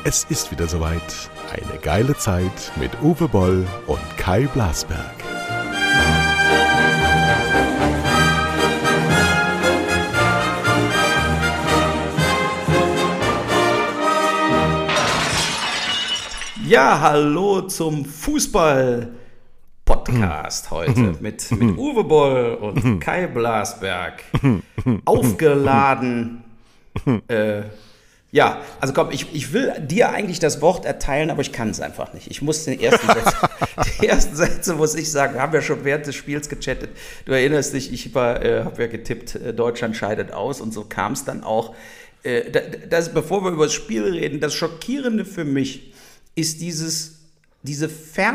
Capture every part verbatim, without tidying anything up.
Es ist wieder soweit. Eine geile Zeit mit Uwe Boll und Kai Blasberg. Ja, hallo zum Fußball-Podcast heute mit, mit Uwe Boll und Kai Blasberg. Aufgeladen. Äh, ja, also komm, ich, ich will dir eigentlich das Wort erteilen, aber ich kann es einfach nicht. Ich muss den ersten Sätze, die ersten Sätze muss ich sagen, wir haben ja schon während des Spiels gechattet. Du erinnerst dich, ich äh, habe ja getippt, äh, Deutschland scheidet aus und so kam es dann auch. Äh, das, bevor wir über das Spiel reden, das Schockierende für mich ist dieses, diese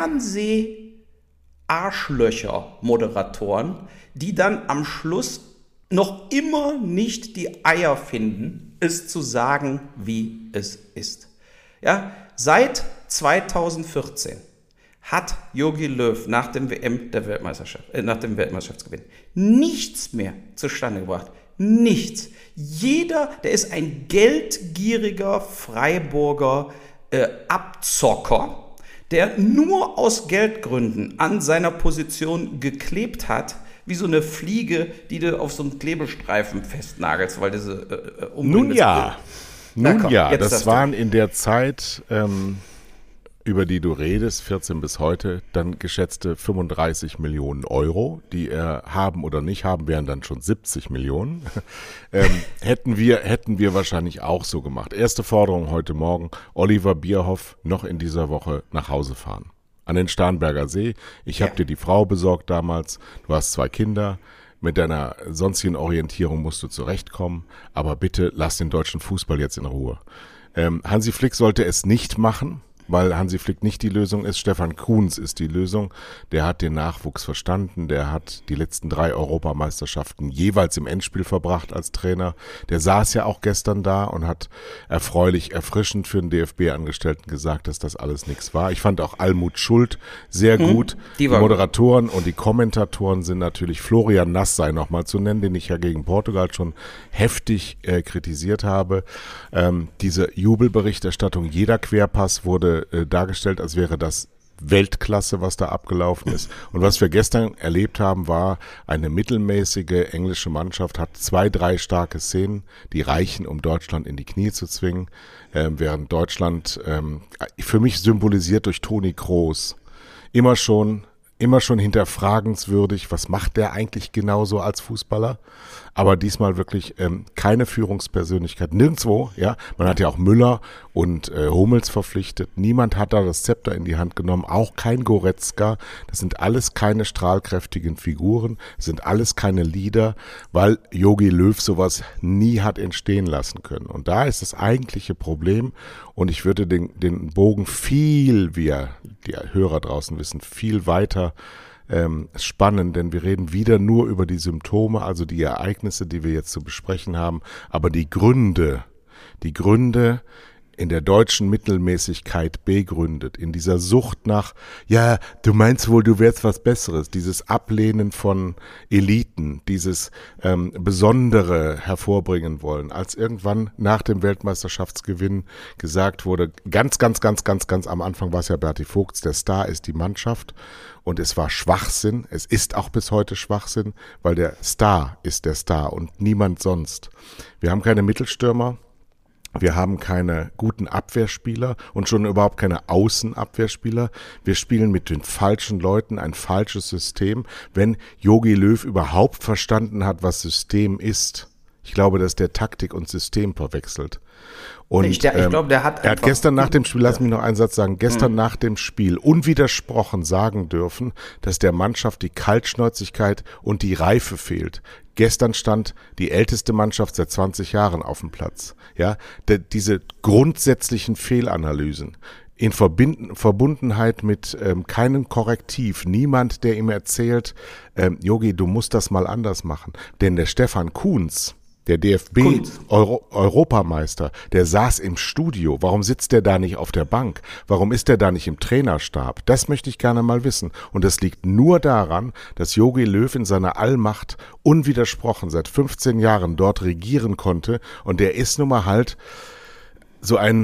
Fernseh-Arschlöcher-Moderatoren, die dann am Schluss noch immer nicht die Eier finden, es zu sagen, wie es ist. Ja, seit zweitausendvierzehn hat Jogi Löw nach dem W M der Weltmeisterschaft, äh, nach dem Weltmeisterschaftsgewinn nichts mehr zustande gebracht. Nichts. Jeder, der ist ein geldgieriger Freiburger äh, Abzocker, der nur aus Geldgründen an seiner Position geklebt hat, wie so eine Fliege, die du auf so einen Klebestreifen festnagelst, weil diese äh, Nun ja, Na, nun komm, ja, das, das waren in der Zeit, ähm, über die du redest, vierzehn bis heute, dann geschätzte fünfunddreißig Millionen Euro, die er haben oder nicht haben, wären dann schon siebzig Millionen. ähm, hätten wir, hätten wir wahrscheinlich auch so gemacht. Erste Forderung heute Morgen, Oliver Bierhoff noch in dieser Woche nach Hause fahren. An den Starnberger See. Ich Ja. habe dir die Frau besorgt damals. Du hast zwei Kinder. Mit deiner sonstigen Orientierung musst du zurechtkommen. Aber bitte lass den deutschen Fußball jetzt in Ruhe. Ähm, Hansi Flick sollte es nicht machen, weil Hansi Flick nicht die Lösung ist. Stefan Kuhns ist die Lösung. Der hat den Nachwuchs verstanden. Der hat die letzten drei Europameisterschaften jeweils im Endspiel verbracht als Trainer. Der saß ja auch gestern da und hat erfreulich, erfrischend für den D F B-Angestellten gesagt, dass das alles nichts war. Ich fand auch Almut Schuld sehr gut. die Die war Moderatoren und die Kommentatoren sind natürlich Florian Nassai nochmal zu nennen, den ich ja gegen Portugal schon heftig äh, kritisiert habe. Ähm, diese Jubelberichterstattung, jeder Querpass wurde äh, dargestellt, als wäre das Weltklasse, was da abgelaufen ist. Und was wir gestern erlebt haben, war eine mittelmäßige englische Mannschaft, hat zwei, drei starke Szenen, die reichen, um Deutschland in die Knie zu zwingen, äh, während Deutschland ähm, für mich symbolisiert durch Toni Kroos immer schon immer schon hinterfragenswürdig, was macht der eigentlich genauso als Fußballer? Aber diesmal wirklich ähm, keine Führungspersönlichkeit, nirgendwo, ja. Man hat ja auch Müller und äh, Hummels verpflichtet. Niemand hat da das Zepter in die Hand genommen, auch kein Goretzka. Das sind alles keine strahlkräftigen Figuren, das sind alles keine Leader, weil Jogi Löw sowas nie hat entstehen lassen können. Und da ist das eigentliche Problem. Und ich würde den, den Bogen viel, wie ja die Hörer draußen wissen, viel weiter ähm, spannen, denn wir reden wieder nur über die Symptome, also die Ereignisse, die wir jetzt zu besprechen haben, aber die Gründe, die Gründe in der deutschen Mittelmäßigkeit begründet, in dieser Sucht nach, ja, du meinst wohl, du wärst was Besseres, dieses Ablehnen von Eliten, dieses ähm, Besondere hervorbringen wollen, als irgendwann nach dem Weltmeisterschaftsgewinn gesagt wurde, ganz, ganz, ganz, ganz, ganz am Anfang war es ja Berti Vogts, der Star ist die Mannschaft und es war Schwachsinn, es ist auch bis heute Schwachsinn, weil der Star ist der Star und niemand sonst. Wir haben keine Mittelstürmer, wir haben keine guten Abwehrspieler und schon überhaupt keine Außenabwehrspieler. Wir spielen mit den falschen Leuten ein falsches System. Wenn Jogi Löw überhaupt verstanden hat, was System ist, ich glaube, dass der Taktik und System verwechselt. Und ich, der, ich ähm, glaube, der hat er hat gestern nach dem Spiel, lass mich noch einen Satz sagen, gestern mhm. nach dem Spiel unwidersprochen sagen dürfen, dass der Mannschaft die Kaltschnäuzigkeit und die Reife fehlt. Gestern stand die älteste Mannschaft seit zwanzig Jahren auf dem Platz. Ja, de, diese grundsätzlichen Fehlanalysen in Verbinden, Verbundenheit mit ähm, keinem Korrektiv, niemand, der ihm erzählt, ähm, Jogi, du musst das mal anders machen. Denn der Stefan Kuhns, der D F B-Europameister, der saß im Studio. Warum sitzt der da nicht auf der Bank? Warum ist der da nicht im Trainerstab? Das möchte ich gerne mal wissen. Und das liegt nur daran, dass Jogi Löw in seiner Allmacht unwidersprochen seit fünfzehn Jahren dort regieren konnte. Und der ist nun mal halt so ein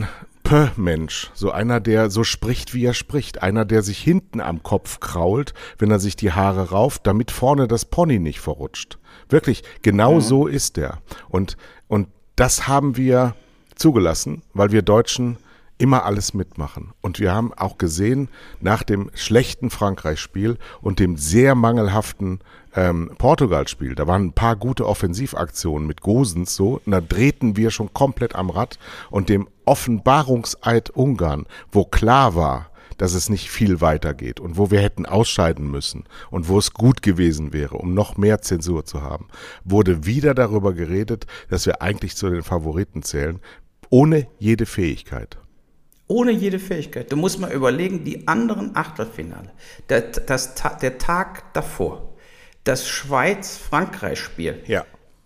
P-Mensch, so einer, der so spricht, wie er spricht, einer, der sich hinten am Kopf krault, wenn er sich die Haare rauft, damit vorne das Pony nicht verrutscht. Wirklich, genau mhm. so ist er. Und, und das haben wir zugelassen, weil wir Deutschen immer alles mitmachen. Und wir haben auch gesehen, nach dem schlechten Frankreich-Spiel und dem sehr mangelhaften ähm, Portugal-Spiel, da waren ein paar gute Offensivaktionen mit Gosens so, und da drehten wir schon komplett am Rad, und dem Offenbarungseid Ungarn, wo klar war, dass es nicht viel weitergeht und wo wir hätten ausscheiden müssen und wo es gut gewesen wäre, um noch mehr Zensur zu haben, wurde wieder darüber geredet, dass wir eigentlich zu den Favoriten zählen, ohne jede Fähigkeit. Ohne jede Fähigkeit. Du musst mal überlegen, die anderen Achtelfinale, der, das, der Tag davor, das Schweiz-Frankreich-Spiel. Ja.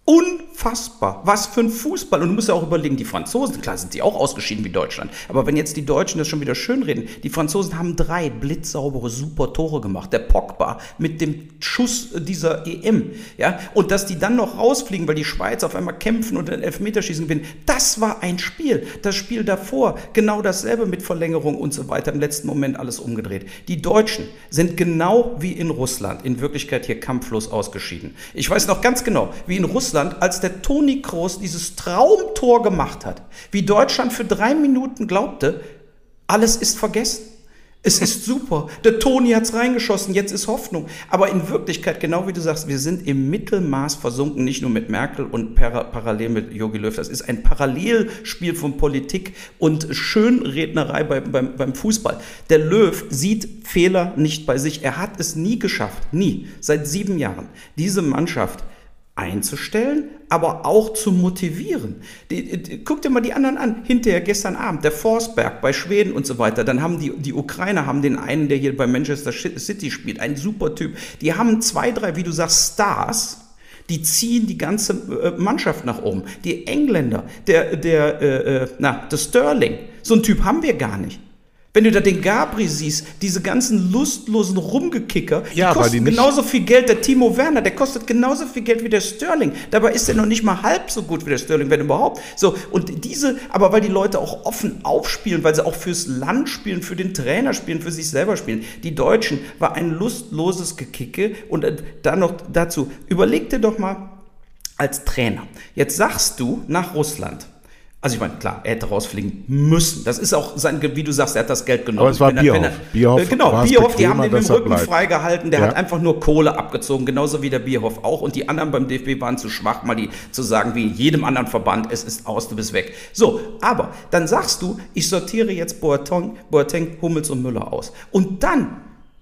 Unfassbar. Was für ein Fußball. Und du musst ja auch überlegen, die Franzosen, klar sind die auch ausgeschieden wie Deutschland. Aber wenn jetzt die Deutschen das schon wieder schönreden, die Franzosen haben drei blitzsaubere, super Tore gemacht. Der Pogba mit dem Schuss dieser E M. Ja? Und dass die dann noch rausfliegen, weil die Schweiz auf einmal kämpfen und ein Elfmeterschießen gewinnen. Das war ein Spiel. Das Spiel davor, genau dasselbe mit Verlängerung und so weiter. Im letzten Moment alles umgedreht. Die Deutschen sind genau wie in Russland in Wirklichkeit hier kampflos ausgeschieden. Ich weiß noch ganz genau, wie in Russland, als der Toni Kroos dieses Traumtor gemacht hat, wie Deutschland für drei Minuten glaubte, alles ist vergessen. Es ist super. Der Toni hat's reingeschossen, jetzt ist Hoffnung. Aber in Wirklichkeit, genau wie du sagst, wir sind im Mittelmaß versunken, nicht nur mit Merkel und para- parallel mit Jogi Löw. Das ist ein Parallelspiel von Politik und Schönrednerei beim, beim, beim Fußball. Der Löw sieht Fehler nicht bei sich. Er hat es nie geschafft, nie, seit sieben Jahren, diese Mannschaft einzustellen, aber auch zu motivieren. Die, die, guck dir mal die anderen an. Hinterher gestern Abend, der Forsberg bei Schweden und so weiter. Dann haben die, die Ukrainer haben den einen, der hier bei Manchester City spielt, ein super Typ. Die haben zwei, drei, wie du sagst, Stars, die ziehen die ganze äh, Mannschaft nach oben. Die Engländer, der, der, äh, na, der Sterling, so einen Typ haben wir gar nicht. Wenn du da den Gabri siehst, diese ganzen lustlosen Rumgekicker, die ja, kosten die genauso viel Geld. Der Timo Werner, der kostet genauso viel Geld wie der Sterling. Dabei ist er noch nicht mal halb so gut wie der Sterling, wenn überhaupt. So, und diese, aber weil die Leute auch offen aufspielen, weil sie auch fürs Land spielen, für den Trainer spielen, für sich selber spielen. Die Deutschen war ein lustloses Gekicke. Und äh, dann noch dazu, überleg dir doch mal als Trainer. Jetzt sagst du nach Russland, also ich meine, klar, er hätte rausfliegen müssen. Das ist auch sein, wie du sagst, er hat das Geld genommen. Aber es war wenn er, Bierhoff. wenn er, Bierhoff äh, genau, Bierhoff, die haben den mit dem Rücken bleibt. freigehalten. Der ja. hat einfach nur Kohle abgezogen, genauso wie der Bierhoff auch. Und die anderen beim D F B waren zu schwach, mal die zu sagen, wie in jedem anderen Verband, es ist aus, du bist weg. So, aber dann sagst du, ich sortiere jetzt Boateng, Boateng, Hummels und Müller aus. Und dann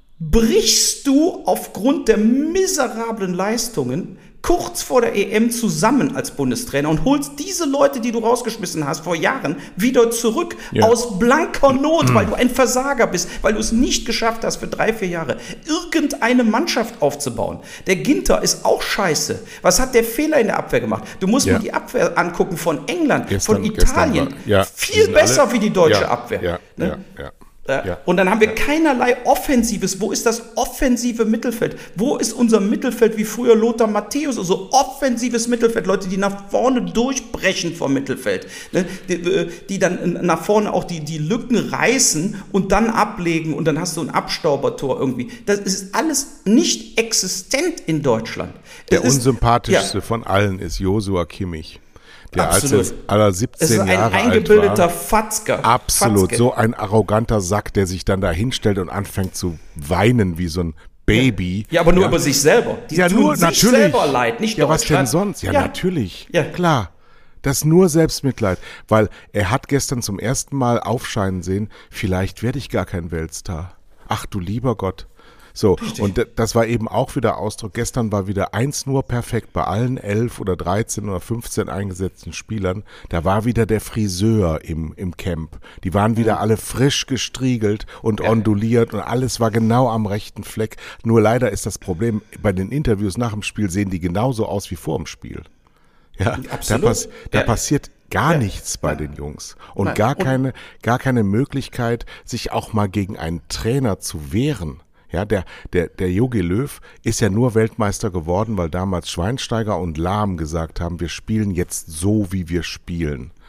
brichst du aufgrund der miserablen Leistungen kurz vor der E M zusammen als Bundestrainer und holst diese Leute, die du rausgeschmissen hast vor Jahren, wieder zurück ja. aus blanker Not, mhm. weil du ein Versager bist, weil du es nicht geschafft hast, für drei, vier Jahre irgendeine Mannschaft aufzubauen. Der Ginter ist auch scheiße. Was hat der Fehler in der Abwehr gemacht? Du musst ja. mal die Abwehr angucken von England, gestern, von Italien. War, ja, viel besser alle, wie die deutsche ja, Abwehr. Ja, ne? ja, ja. Ja. Und dann haben wir ja. keinerlei Offensives. Wo ist das offensive Mittelfeld? Wo ist unser Mittelfeld wie früher Lothar Matthäus? Also offensives Mittelfeld, Leute, die nach vorne durchbrechen vom Mittelfeld. Ne? Die, die dann nach vorne auch die, die Lücken reißen und dann ablegen und dann hast du ein Abstaubertor irgendwie. Das ist alles nicht existent in Deutschland. Der es unsympathischste ist, ja. von allen ist Joshua Kimmich. Der Absolut. als er aller siebzehn es ist ein Jahre eingebildeter alt war. Fatzker. Absolut, Fatzke. So ein arroganter Sack, der sich dann da hinstellt und anfängt zu weinen wie so ein Baby. Ja, aber nur ja. über sich selber. Die ja, tun nur, sich natürlich. selber leid, nicht ja, was denn Deutschland. sonst? Ja, ja. natürlich. Ja. Klar. Das ist nur Selbstmitleid, weil er hat gestern zum ersten Mal aufscheinen sehen, vielleicht werde ich gar kein Weltstar. Ach du lieber Gott. So, Richtig. Und das war eben auch wieder Ausdruck. Gestern war wieder eins nur perfekt bei allen elf oder dreizehn oder fünfzehn eingesetzten Spielern. Da war wieder der Friseur im, im Camp. Die waren wieder mhm. alle frisch gestriegelt und ja. onduliert und alles war genau am rechten Fleck. Nur leider ist das Problem, bei den Interviews nach dem Spiel sehen die genauso aus wie vor dem Spiel. Ja, Absolut. da, pass, da ja. passiert gar ja. nichts bei ja. den Jungs und Nein. gar keine, gar keine Möglichkeit, sich auch mal gegen einen Trainer zu wehren. Ja, der, der, der Jogi Löw ist ja nur Weltmeister geworden, weil damals Schweinsteiger und Lahm gesagt haben, wir spielen jetzt so, wie wir spielen.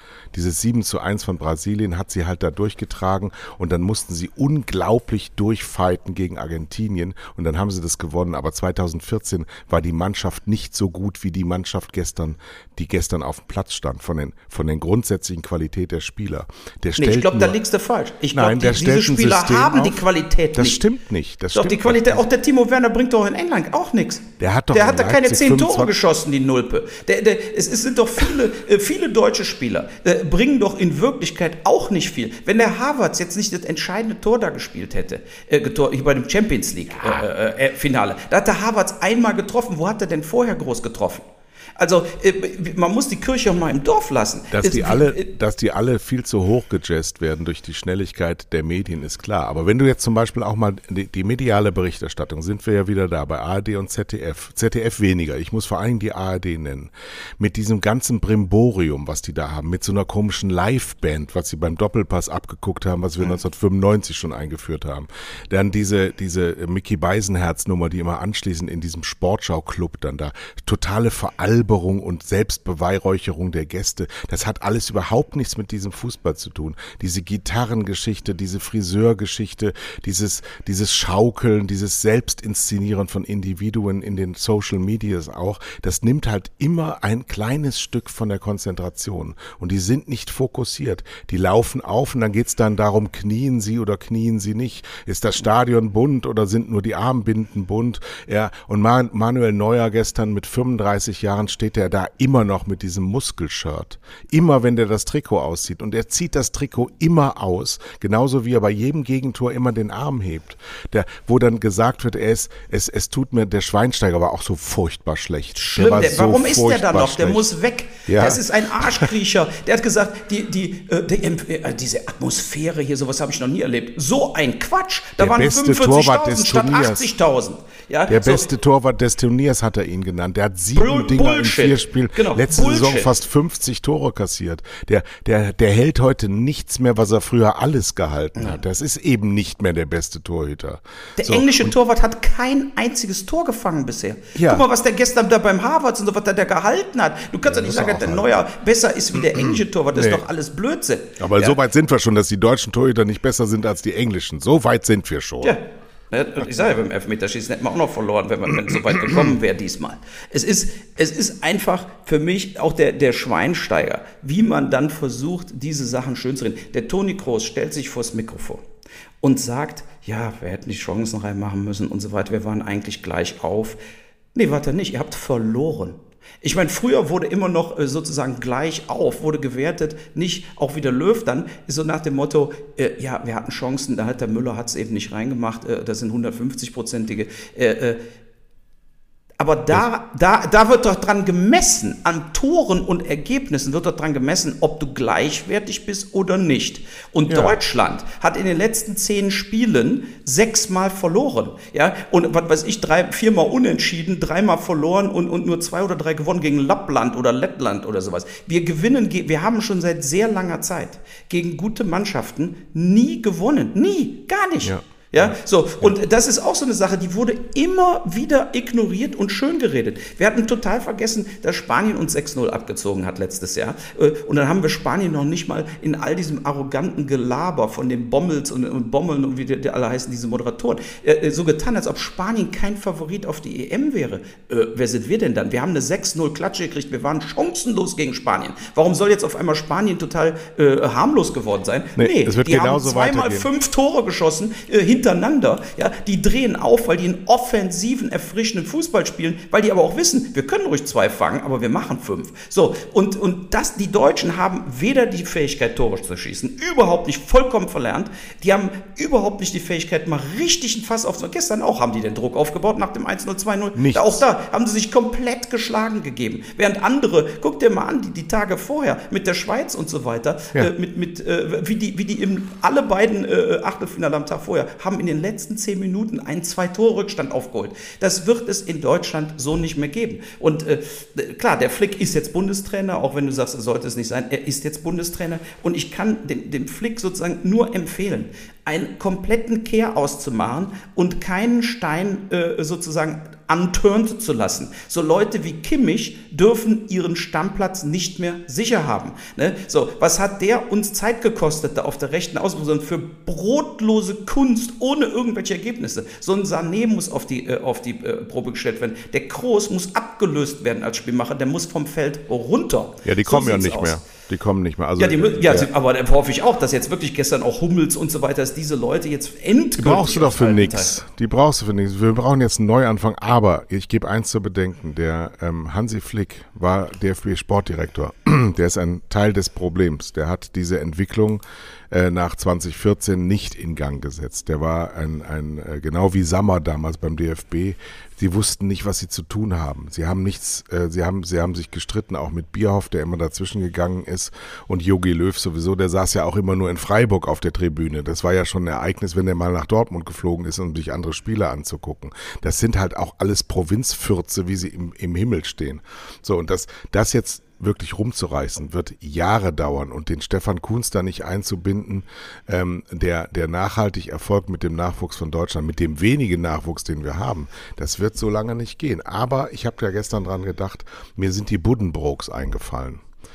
Dieses sieben zu eins von Brasilien hat sie halt da durchgetragen und dann mussten sie unglaublich durchfighten gegen Argentinien und dann haben sie das gewonnen. Aber zweitausendvierzehn war die Mannschaft nicht so gut wie die Mannschaft gestern, die gestern auf dem Platz stand, von den, von den grundsätzlichen Qualität der Spieler. Der nee, ich glaube, da liegst du falsch. Ich glaube, die, diese Spieler haben auf. die Qualität das nicht. Das stimmt nicht. Das doch, stimmt die Qualität, nicht. auch der Timo Werner bringt doch in England auch nichts. Der hat doch der hat da keine zehn fünfundzwanzig Tore geschossen, die Nulpe. Der, der, es, es sind doch viele, äh, viele deutsche Spieler, äh, bringen doch in Wirklichkeit auch nicht viel. Wenn der Havertz jetzt nicht das entscheidende Tor da gespielt hätte, äh, getor, bei dem Champions League äh, äh, Finale, da hat der Havertz einmal getroffen. Wo hat er denn vorher groß getroffen? Also äh, man muss die Kirche auch mal im Dorf lassen. Dass die, alle, dass die alle viel zu hoch gejazzt werden durch die Schnelligkeit der Medien, ist klar. Aber wenn du jetzt zum Beispiel auch mal die, die mediale Berichterstattung, sind wir ja wieder da bei A R D und Z D F. Z D F weniger, ich muss vor allem die A R D nennen. Mit diesem ganzen Brimborium, was die da haben, mit so einer komischen Liveband, was sie beim Doppelpass abgeguckt haben, was wir mhm. neunzehnhundertfünfundneunzig schon eingeführt haben. Dann diese, diese Mickey Beisenherz-Nummer, die immer anschließend in diesem Sportschau-Club dann da, totale Veralberung und Selbstbeweihräucherung der Gäste, das hat alles überhaupt nichts mit diesem Fußball zu tun. Diese Gitarrengeschichte, diese Friseurgeschichte, dieses, dieses Schaukeln, dieses Selbstinszenieren von Individuen in den Social Medias auch, das nimmt halt immer ein kleines Stück von der Konzentration und die sind nicht fokussiert. Die laufen auf und dann geht's dann darum, knien sie oder knien sie nicht. Ist das Stadion bunt oder sind nur die Armbinden bunt? Ja, und Manuel Neuer gestern mit fünfunddreißig Jahren steht er da immer noch mit diesem Muskelshirt. Immer, wenn der das Trikot auszieht. Und er zieht das Trikot immer aus. Genauso wie er bei jedem Gegentor immer den Arm hebt. Der, wo dann gesagt wird, er ist, es, es tut mir, der Schweinsteiger war auch so furchtbar schlecht. Schlimm, der der, so warum ist der da noch? Schlecht. Der muss weg. Ja. Das ist ein Arschkriecher. Der hat gesagt, die, die, äh, die, äh, diese Atmosphäre hier, sowas habe ich noch nie erlebt. So ein Quatsch. Da der waren fünfundvierzigtausend statt achtzigtausend. Ja, der so. beste Torwart des Turniers hat er ihn genannt. Der hat sieben Bull- Dinger Bullshit. in vier Spielen. Genau. Letzte Bullshit. Saison fast fünfzig Tore kassiert. Der, der, der hält heute nichts mehr, was er früher alles gehalten hat. Das ist eben nicht mehr der beste Torhüter. Der so, englische Torwart hat kein einziges Tor gefangen bisher. Ja. Guck mal, was der gestern da beim Havertz und so, was der da gehalten hat. Du kannst ja, ja nicht sagen, dass der halt. Neuer besser ist wie der englische Torwart. Das nee. ist doch alles Blödsinn. Aber ja. so weit sind wir schon, dass die deutschen Torhüter nicht besser sind als die englischen. So weit sind wir schon. Ja. Ich sage ja, beim Elfmeterschießen hätten wir auch noch verloren, wenn man so weit gekommen wäre diesmal. Es ist, es ist einfach für mich auch der, der Schweinsteiger, wie man dann versucht, diese Sachen schön zu reden. Der Toni Kroos stellt sich vors Mikrofon und sagt, ja, wir hätten die Chancen reinmachen müssen und so weiter, wir waren eigentlich gleich auf. Nee, warte nicht, ihr habt verloren. Ich meine, früher wurde immer noch äh, sozusagen gleich auf, wurde gewertet, nicht auch wie der Löw dann, so nach dem Motto, äh, ja, wir hatten Chancen, da hat der Müller hat es eben nicht reingemacht, äh, das sind hundertfünfzig-prozentige. Äh, äh, aber da, da, da wird doch dran gemessen, an Toren und Ergebnissen wird doch dran gemessen, ob du gleichwertig bist oder nicht. Und ja. Deutschland hat in den letzten zehn Spielen sechsmal verloren. Ja? Und was weiß ich, drei, viermal unentschieden, dreimal verloren und, und nur zwei oder drei gewonnen gegen Lappland oder Lettland oder sowas. Wir gewinnen, wir haben schon seit sehr langer Zeit gegen gute Mannschaften nie gewonnen. Nie, gar nicht. Ja. Ja, so. Und das ist auch so eine Sache, die wurde immer wieder ignoriert und schön geredet. Wir hatten total vergessen, dass Spanien uns sechs null abgezogen hat letztes Jahr. Und dann haben wir Spanien noch nicht mal in all diesem arroganten Gelaber von den Bommels und, und Bommeln und wie die, die alle heißen, diese Moderatoren, so getan, als ob Spanien kein Favorit auf die E M wäre. Äh, wer sind wir denn dann? Wir haben eine sechs null Klatsche gekriegt, wir waren chancenlos gegen Spanien. Warum soll jetzt auf einmal Spanien total äh, harmlos geworden sein? Nee, nee es wird die haben zweimal fünf Tore geschossen, äh, hintereinander, ja, die drehen auf, weil die einen offensiven, erfrischenden Fußball spielen, weil die aber auch wissen, wir können ruhig zwei fangen, aber wir machen fünf. So, und, und das, die Deutschen haben weder die Fähigkeit, Tore zu schießen, überhaupt nicht, vollkommen verlernt, die haben überhaupt nicht die Fähigkeit, mal richtig ein Fass aufzunehmen. Gestern auch haben die den Druck aufgebaut nach dem eins null, zwei null. Da, auch da haben sie sich komplett geschlagen gegeben. Während andere, guck dir mal an, die, die Tage vorher mit der Schweiz und so weiter, ja. äh, mit, mit, äh, wie die, wie die im, alle beiden äh, Achtelfinale am Tag vorher, haben in den letzten zehn Minuten einen Zwei-Tore-Rückstand aufgeholt. Das wird es in Deutschland so nicht mehr geben. Und äh, klar, der Flick ist jetzt Bundestrainer, auch wenn du sagst, er sollte es nicht sein, er ist jetzt Bundestrainer und ich kann dem, dem Flick sozusagen nur empfehlen, einen kompletten Kehraus zu machen und keinen Stein äh, sozusagen unturned zu lassen. So Leute wie Kimmich dürfen ihren Stammplatz nicht mehr sicher haben. Ne? So, was hat der uns Zeit gekostet da auf der rechten Außenposition für brotlose Kunst ohne irgendwelche Ergebnisse? So ein Sané muss auf die, äh, auf die äh, Probe gestellt werden. Der Kroos muss abgelöst werden als Spielmacher, der muss vom Feld runter. Ja, die kommen so ja nicht aus. mehr. Die kommen nicht mehr. Also, ja, die, ja, ja, aber da hoffe ich auch, dass jetzt wirklich gestern auch Hummels und so weiter, dass diese Leute jetzt endgültig. Die brauchst du doch für nichts. Die brauchst du für nichts. Wir brauchen jetzt einen Neuanfang. Aber ich gebe eins zu bedenken. Der ähm, Hansi Flick war D F B-Sportdirektor. Der ist ein Teil des Problems. Der hat diese Entwicklung äh, nach zwanzig vierzehn nicht in Gang gesetzt. Der war ein, ein äh, genau wie Sammer damals beim D F B. Sie wussten nicht, was sie zu tun haben. Sie haben nichts, äh, sie haben, sie haben sich gestritten, auch mit Bierhoff, der immer dazwischen gegangen ist, und Jogi Löw sowieso, der saß ja auch immer nur in Freiburg auf der Tribüne. Das war ja schon ein Ereignis, wenn der mal nach Dortmund geflogen ist, um sich andere Spiele anzugucken. Das sind halt auch alles Provinzfürze, wie sie im, im Himmel stehen. So, und das, das jetzt wirklich rumzureißen, wird Jahre dauern, und den Stefan Kuhns da nicht einzubinden, ähm, der, der nachhaltig Erfolg mit dem Nachwuchs von Deutschland, mit dem wenigen Nachwuchs, den wir haben, das wird so lange nicht gehen. Aber ich habe ja gestern dran gedacht, mir sind die Buddenbrooks eingefallen.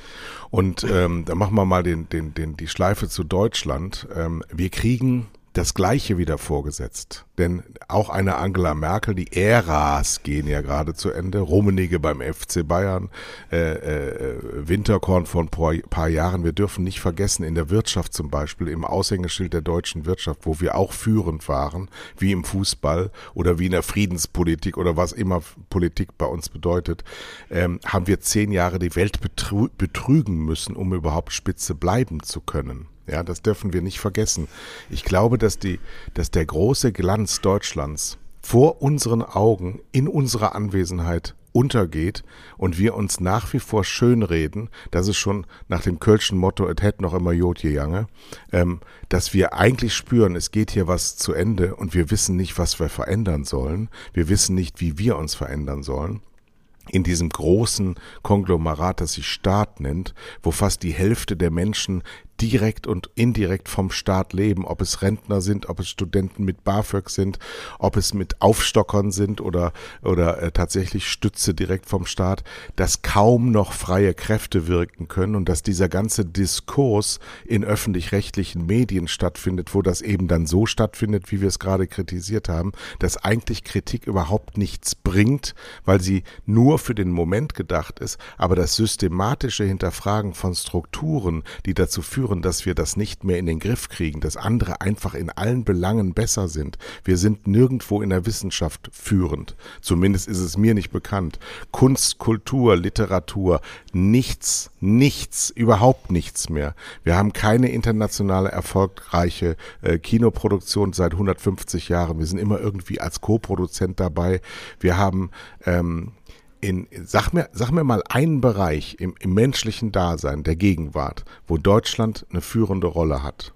Und ähm, da machen wir mal den, den, den, die Schleife zu Deutschland. Ähm, wir kriegen das Gleiche wieder vorgesetzt. Denn auch eine Angela Merkel, die Äras gehen ja gerade zu Ende. Rummenigge beim F C Bayern, äh, äh, Winterkorn vor ein paar, paar Jahren. Wir dürfen nicht vergessen, in der Wirtschaft zum Beispiel, im Aushängeschild der deutschen Wirtschaft, wo wir auch führend waren, wie im Fußball oder wie in der Friedenspolitik oder was immer Politik bei uns bedeutet, ähm, haben wir zehn Jahre die Welt betrü- betrügen müssen, um überhaupt Spitze bleiben zu können. Ja, das dürfen wir nicht vergessen. Ich glaube, dass die, dass der große Glanz Deutschlands vor unseren Augen in unserer Anwesenheit untergeht und wir uns nach wie vor schönreden, das ist schon nach dem Kölschen Motto, et hätt noch immer Jod gejange, ähm, dass wir eigentlich spüren, es geht hier was zu Ende und wir wissen nicht, was wir verändern sollen. Wir wissen nicht, wie wir uns verändern sollen. In diesem großen Konglomerat, das sich Staat nennt, wo fast die Hälfte der Menschen direkt und indirekt vom Staat leben, ob es Rentner sind, ob es Studenten mit BAföG sind, ob es mit Aufstockern sind oder oder äh, tatsächlich Stütze direkt vom Staat, dass kaum noch freie Kräfte wirken können und dass dieser ganze Diskurs in öffentlich-rechtlichen Medien stattfindet, wo das eben dann so stattfindet, wie wir es gerade kritisiert haben, dass eigentlich Kritik überhaupt nichts bringt, weil sie nur für den Moment gedacht ist, aber das systematische Hinterfragen von Strukturen, die dazu führen, dass wir das nicht mehr in den Griff kriegen, dass andere einfach in allen Belangen besser sind. Wir sind nirgendwo in der Wissenschaft führend. Zumindest ist es mir nicht bekannt. Kunst, Kultur, Literatur, nichts, nichts, überhaupt nichts mehr. Wir haben keine internationale erfolgreiche äh, Kinoproduktion seit hundertfünfzig Jahren. Wir sind immer irgendwie als Co-Produzent dabei. Wir haben ähm, In, sag mir, sag mir mal einen Bereich im, im menschlichen Dasein der Gegenwart, wo Deutschland eine führende Rolle hat.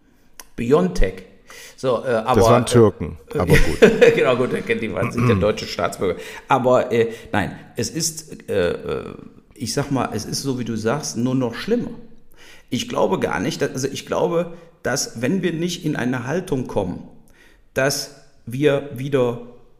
Biontech. So, äh, aber, das waren Türken, äh, aber gut. Genau, gut, er kennt die, sind ja deutsche Staatsbürger. Aber äh, nein, es ist, äh, ich sag mal, es ist so, wie du sagst, nur noch schlimmer. Ich glaube gar nicht, dass, also ich glaube, dass wenn wir nicht in eine Haltung kommen, dass wir wieder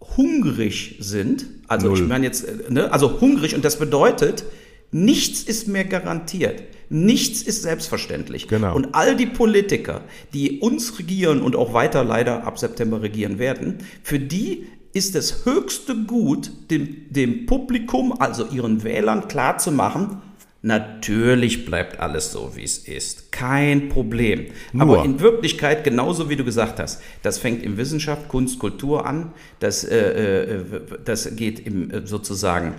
hungrig sind, also Null. ich meine jetzt, ne, also hungrig, und das bedeutet, nichts ist mehr garantiert, nichts ist selbstverständlich. Genau. Und all die Politiker, die uns regieren und auch weiter leider ab September regieren werden, für die ist das höchste Gut, dem, dem Publikum, also ihren Wählern klarzumachen, natürlich bleibt alles so, wie es ist. Kein Problem. Nur. Aber in Wirklichkeit, genauso wie du gesagt hast, das fängt in Wissenschaft, Kunst, Kultur an. Das, äh, das geht im, sozusagen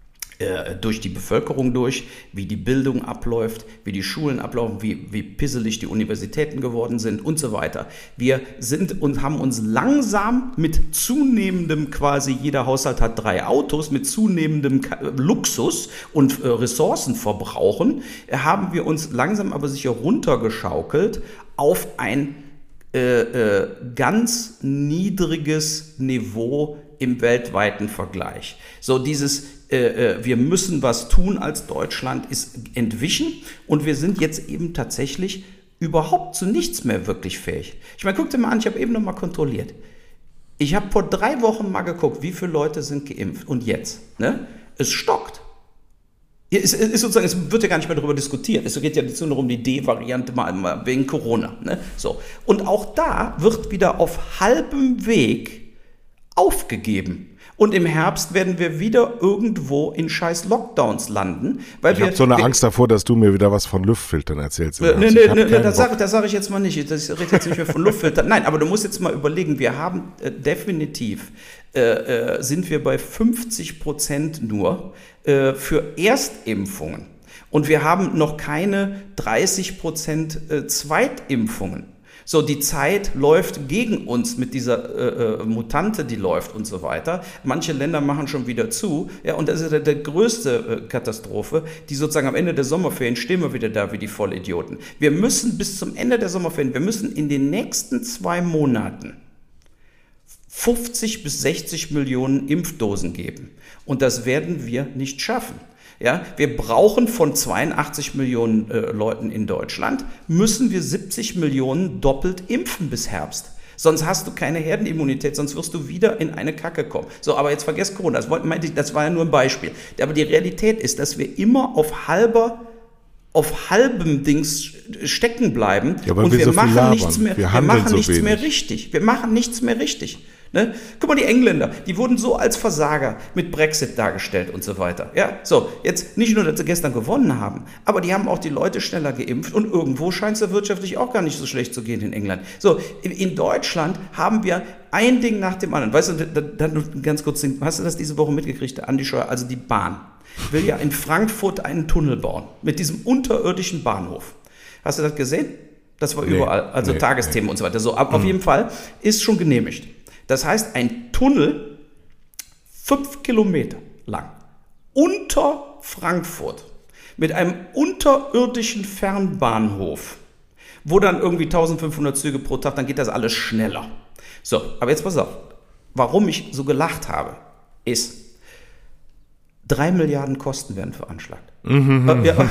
äh, durch die Bevölkerung durch, wie die Bildung abläuft, wie die Schulen ablaufen, wie, wie pisselig die Universitäten geworden sind und so weiter. Wir sind und haben uns langsam mit zunehmendem, quasi jeder Haushalt hat drei Autos, mit zunehmendem Luxus und äh, Ressourcenverbrauchen, äh, haben wir uns langsam aber sicher runtergeschaukelt auf ein äh, äh, ganz niedriges Niveau im weltweiten Vergleich. So dieses Äh, wir müssen was tun als Deutschland ist entwichen, und wir sind jetzt eben tatsächlich überhaupt zu nichts mehr wirklich fähig. Ich meine, guck dir mal an, ich habe eben noch mal kontrolliert. Ich habe vor drei Wochen mal geguckt, wie viele Leute sind geimpft. Und jetzt, ne? Es stockt. Es, ist sozusagen, es wird ja gar nicht mehr darüber diskutiert. Es geht ja jetzt nur noch um die D-Variante mal, mal wegen Corona. Ne? So. Und auch da wird wieder auf halbem Weg aufgegeben. Und im Herbst werden wir wieder irgendwo in scheiß Lockdowns landen. Weil ich wir, habe so eine wir, Angst davor, dass du mir wieder was von Luftfiltern erzählst. Nee, nee, nee, nee das sage sag ich jetzt mal nicht. Ich rede jetzt nicht mehr von Luftfiltern. Nein, aber du musst jetzt mal überlegen, wir haben äh, definitiv, äh, äh, sind wir bei fünfzig Prozent nur äh, für Erstimpfungen. Und wir haben noch keine dreißig Prozent äh, Zweitimpfungen. So, die Zeit läuft gegen uns mit dieser äh, Mutante, die läuft und so weiter. Manche Länder machen schon wieder zu. Ja, und das ist ja die größte äh, Katastrophe, die sozusagen am Ende der Sommerferien stehen wir wieder da wie die Vollidioten. Wir müssen bis zum Ende der Sommerferien, wir müssen in den nächsten zwei Monaten fünfzig bis sechzig Millionen Impfdosen geben. Und das werden wir nicht schaffen. Ja, wir brauchen von zweiundachtzig Millionen äh, Leuten in Deutschland, müssen wir siebzig Millionen doppelt impfen bis Herbst. Sonst hast du keine Herdenimmunität, sonst wirst du wieder in eine Kacke kommen. So, aber jetzt vergesst Corona, das, wollte, meinte ich, das war ja nur ein Beispiel. Aber die Realität ist, dass wir immer auf halber auf halbem Dings stecken bleiben ja, und wir, wir so machen nichts mehr, wir wir machen so nichts wenig. mehr richtig. Wir machen nichts mehr richtig. Ne? Guck mal, die Engländer, die wurden so als Versager mit Brexit dargestellt und so weiter. Ja, so, jetzt nicht nur, dass sie gestern gewonnen haben, aber die haben auch die Leute schneller geimpft und irgendwo scheint es ja wirtschaftlich auch gar nicht so schlecht zu gehen in England. So, in, in Deutschland haben wir ein Ding nach dem anderen. Weißt du, dann ganz kurz, hast du das diese Woche mitgekriegt, Andi Scheuer, also die Bahn will ja in Frankfurt einen Tunnel bauen mit diesem unterirdischen Bahnhof. Hast du das gesehen? Das war nee, überall, also nee, Tagesthemen nee. und so weiter. So, aber mhm. auf jeden Fall ist schon genehmigt. Das heißt, ein Tunnel fünf Kilometer lang unter Frankfurt mit einem unterirdischen Fernbahnhof, wo dann irgendwie eintausendfünfhundert Züge pro Tag, dann geht das alles schneller. So, aber jetzt pass auf, warum ich so gelacht habe, ist, drei Milliarden Kosten werden veranschlagt. Mhm. Ja.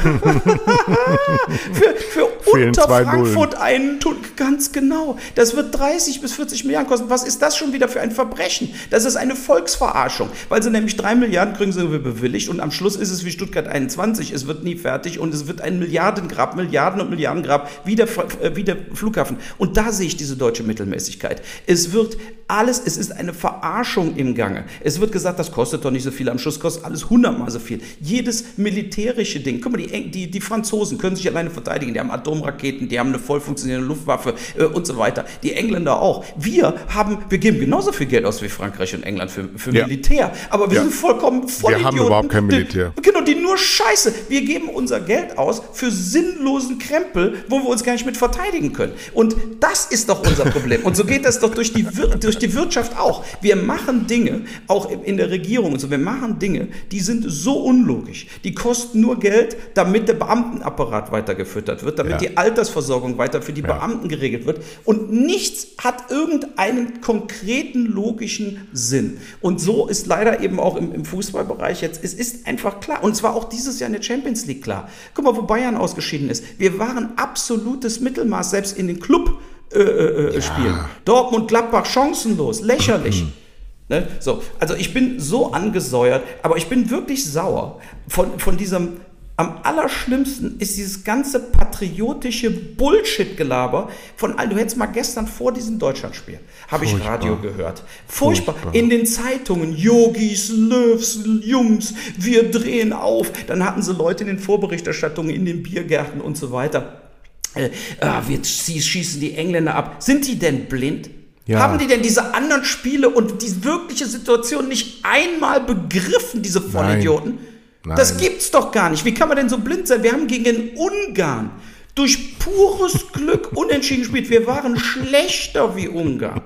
für für unter Frankfurt einen Tunnel, ganz genau. Das wird dreißig bis vierzig Milliarden kosten. Was ist das schon wieder für ein Verbrechen? Das ist eine Volksverarschung, weil sie nämlich drei Milliarden kriegen sie bewilligt und am Schluss ist es wie Stuttgart einundzwanzig, es wird nie fertig und es wird ein Milliardengrab, Milliarden und Milliardengrab wie der, wie der Flughafen. Und da sehe ich diese deutsche Mittelmäßigkeit. Es wird alles, es ist eine Verarschung im Gange. Es wird gesagt, das kostet doch nicht so viel, am Schluss kostet alles hundertmal so viel. Jedes militärische Ding, guck mal, die, die, die Franzosen können sich alleine verteidigen, die haben Atomraketen, die haben eine voll funktionierende Luftwaffe äh, und so weiter. Die Engländer auch. Wir haben, wir geben genauso viel Geld aus wie Frankreich und England für, für ja. Militär, aber wir ja. sind vollkommen Vollidioten. Wir haben überhaupt kein Militär. Die, genau, die nur Scheiße. Wir geben unser Geld aus für sinnlosen Krempel, wo wir uns gar nicht mit verteidigen können. Und das ist doch unser Problem. Und so geht das doch durch die, durch die Wirtschaft auch. Wir machen Dinge, auch in der Regierung und so, wir machen Dinge, die sind so unlogisch. Die kosten nur Geld, damit der Beamtenapparat weitergefüttert wird, damit ja. die Altersversorgung weiter für die ja. Beamten geregelt wird. Und nichts hat irgendeinen konkreten logischen Sinn. Und so ist leider eben auch im, im Fußballbereich jetzt, es ist einfach klar. Und zwar auch dieses Jahr in der Champions League klar. Guck mal, wo Bayern ausgeschieden ist. Wir waren absolutes Mittelmaß, selbst in den Club äh, äh, ja. Spielen. Dortmund, Gladbach, chancenlos, lächerlich. Ne? So, also ich bin so angesäuert, aber ich bin wirklich sauer von, von diesem, am allerschlimmsten ist dieses ganze patriotische Bullshit-Gelaber von all, du hättest mal gestern vor diesem Deutschlandspiel, habe ich Radio gehört. Furchtbar. Furchtbar. In den Zeitungen, Yogis, Löws, Jungs, wir drehen auf. Dann hatten sie Leute in den Vorberichterstattungen, in den Biergärten und so weiter. Äh, ah, wir schießen die Engländer ab. Sind die denn blind? Ja. Haben die denn diese anderen Spiele und die wirkliche Situation nicht einmal begriffen, diese Vollidioten? Nein. Nein. Das gibt's doch gar nicht. Wie kann man denn so blind sein? Wir haben gegen den Ungarn durch pures Glück unentschieden gespielt. Wir waren schlechter wie Ungarn.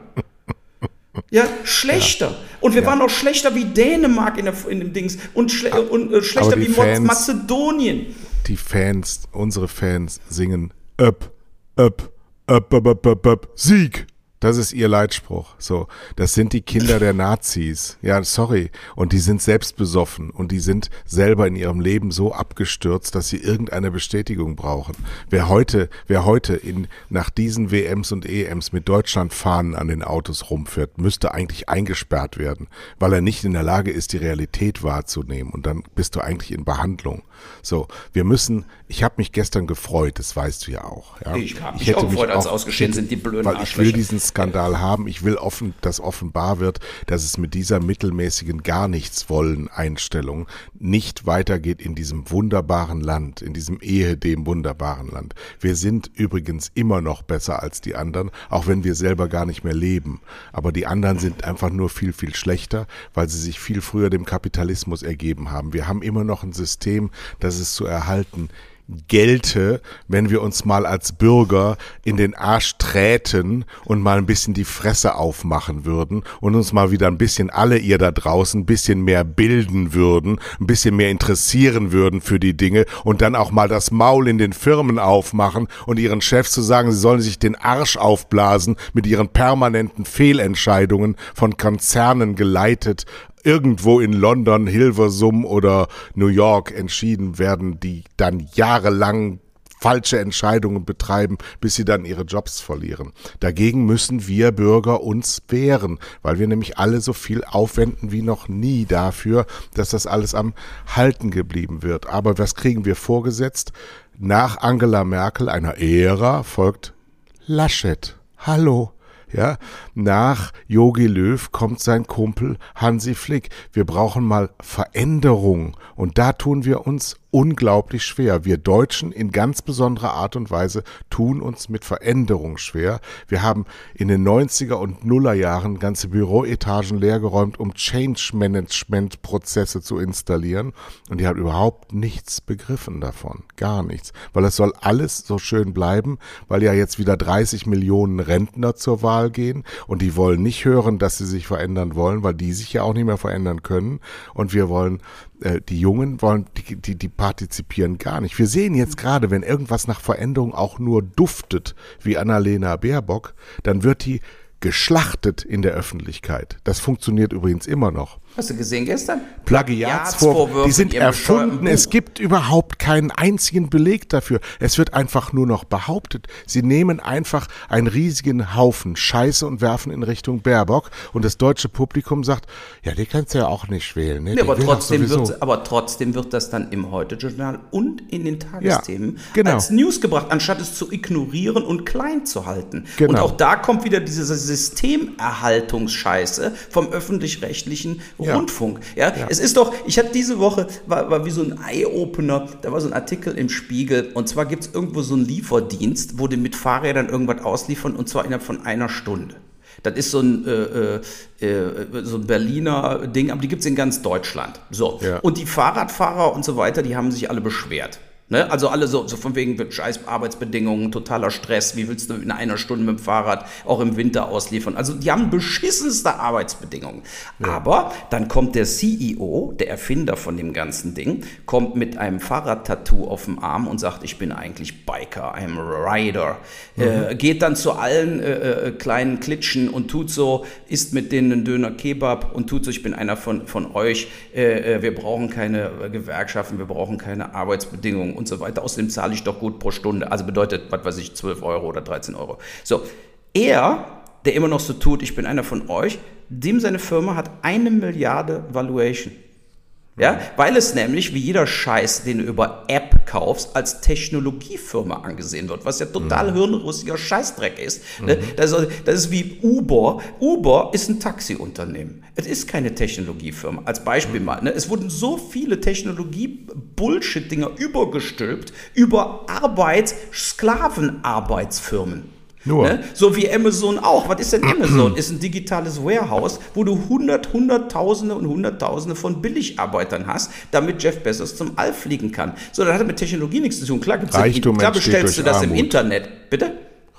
Ja, schlechter. Ja. Und wir ja. waren auch schlechter wie Dänemark in, der, in dem Dings und, schle- und äh, schlechter wie Fans, Mazedonien. Die Fans, unsere Fans singen Öp, Öp, Öp, Öp, Öp, Öp, Sieg. Das ist ihr Leitspruch. So, das sind die Kinder der Nazis. Ja, sorry. Und die sind selbst besoffen und die sind selber in ihrem Leben so abgestürzt, dass sie irgendeine Bestätigung brauchen. Wer heute, wer heute in, nach diesen W Ms und E Ms mit Deutschlandfahnen an den Autos rumfährt, müsste eigentlich eingesperrt werden, weil er nicht in der Lage ist, die Realität wahrzunehmen. Und dann bist du eigentlich in Behandlung. So, wir müssen, ich habe mich gestern gefreut, das weißt du ja auch. Ja. Ich habe mich auch gefreut, als ausgeschehen sind, die blöden Weil ich will diesen Skandal haben, ich will offen, dass offenbar wird, dass es mit dieser mittelmäßigen gar nichts wollen Einstellung nicht weitergeht in diesem wunderbaren Land, in diesem ehedem wunderbaren Land. Wir sind übrigens immer noch besser als die anderen, auch wenn wir selber gar nicht mehr leben. Aber die anderen sind einfach nur viel, viel schlechter, weil sie sich viel früher dem Kapitalismus ergeben haben. Wir haben immer noch ein System, das es zu erhalten gelte, wenn wir uns mal als Bürger in den Arsch träten und mal ein bisschen die Fresse aufmachen würden und uns mal wieder ein bisschen, alle ihr da draußen, ein bisschen mehr bilden würden, ein bisschen mehr interessieren würden für die Dinge und dann auch mal das Maul in den Firmen aufmachen und ihren Chefs zu sagen, sie sollen sich den Arsch aufblasen mit ihren permanenten Fehlentscheidungen von Konzernen geleitet, irgendwo in London, Hilversum oder New York entschieden werden, die dann jahrelang falsche Entscheidungen betreiben, bis sie dann ihre Jobs verlieren. Dagegen müssen wir Bürger uns wehren, weil wir nämlich alle so viel aufwenden wie noch nie dafür, dass das alles am Halten geblieben wird. Aber was kriegen wir vorgesetzt? Nach Angela Merkel, einer Ära, folgt Laschet. Hallo. Ja, nach Jogi Löw kommt sein Kumpel Hansi Flick. Wir brauchen mal Veränderung und da tun wir uns unglaublich schwer. Wir Deutschen in ganz besonderer Art und Weise tun uns mit Veränderung schwer. Wir haben in den neunziger und nuller Jahren ganze Büroetagen leergeräumt, um Change-Management-Prozesse zu installieren und die haben überhaupt nichts begriffen davon, gar nichts, weil es soll alles so schön bleiben, weil ja jetzt wieder dreißig Millionen Rentner zur Wahl gehen und die wollen nicht hören, dass sie sich verändern wollen, weil die sich ja auch nicht mehr verändern können und wir wollen die Jungen wollen, die, die, die partizipieren gar nicht. Wir sehen jetzt gerade, wenn irgendwas nach Veränderung auch nur duftet, wie Annalena Baerbock, dann wird die geschlachtet in der Öffentlichkeit. Das funktioniert übrigens immer noch. Hast du gesehen gestern? Plagiatsvorwürfe, die sind erfunden. Es gibt überhaupt keinen einzigen Beleg dafür. Es wird einfach nur noch behauptet. Sie nehmen einfach einen riesigen Haufen Scheiße und werfen in Richtung Baerbock. Und das deutsche Publikum sagt, ja, die kannst du ja auch nicht wählen. Ne? Ja, aber, trotzdem wird, aber trotzdem wird das dann im Heute-Journal und in den Tagesthemen ja, genau. als News gebracht, anstatt es zu ignorieren und klein zu halten. Genau. Und auch da kommt wieder diese Systemerhaltungsscheiße vom öffentlich-rechtlichen Ja. Rundfunk. Ja? ja, es ist doch, ich hatte diese Woche, war, war wie so ein Eye-Opener, da war so ein Artikel im Spiegel und zwar gibt es irgendwo so einen Lieferdienst, wo die mit Fahrrädern irgendwas ausliefern und zwar innerhalb von einer Stunde. Das ist so ein, äh, äh, so ein Berliner Ding, aber die gibt es in ganz Deutschland. So. Ja. Und die Fahrradfahrer und so weiter, die haben sich alle beschwert. Ne? Also alle so, so von wegen scheiß Arbeitsbedingungen, totaler Stress, wie willst du in einer Stunde mit dem Fahrrad auch im Winter ausliefern? Also die haben beschissenste Arbeitsbedingungen. Ja. Aber dann kommt der C E O, der Erfinder von dem ganzen Ding, kommt mit einem Fahrradtattoo auf dem Arm und sagt, ich bin eigentlich Biker, I'm a Rider. Mhm. Äh, geht dann zu allen äh, äh, kleinen Klitschen und tut so, isst mit denen einen Döner Kebab und tut so, ich bin einer von, von euch, äh, wir brauchen keine Gewerkschaften, wir brauchen keine Arbeitsbedingungen und so weiter. Außerdem zahle ich doch gut pro Stunde. Also bedeutet, was weiß ich, zwölf Euro oder dreizehn Euro. So, er, der immer noch so tut, ich bin einer von euch, dem seine Firma hat eine Milliarde Valuation. Ja, weil es nämlich, wie jeder Scheiß, den du über App kaufst, als Technologiefirma angesehen wird, was ja total mhm. hirnrissiger Scheißdreck ist. Mhm. Das ist. Das ist wie Uber. Uber ist ein Taxiunternehmen. Es ist keine Technologiefirma. Als Beispiel mhm. mal. Ne? Es wurden so viele Technologie-Bullshit-Dinger übergestülpt über Arbeits-Sklavenarbeitsfirmen. Nur. Ne? So wie Amazon auch. Was ist denn Amazon? Ist ein digitales Warehouse, wo du hundert, hunderttausende und hunderttausende von Billigarbeitern hast, damit Jeff Bezos zum All fliegen kann. So, das hat mit Technologie nichts zu tun. Klar, gibt's Reichtum klar bestellst du das Armut. im Internet. Bitte?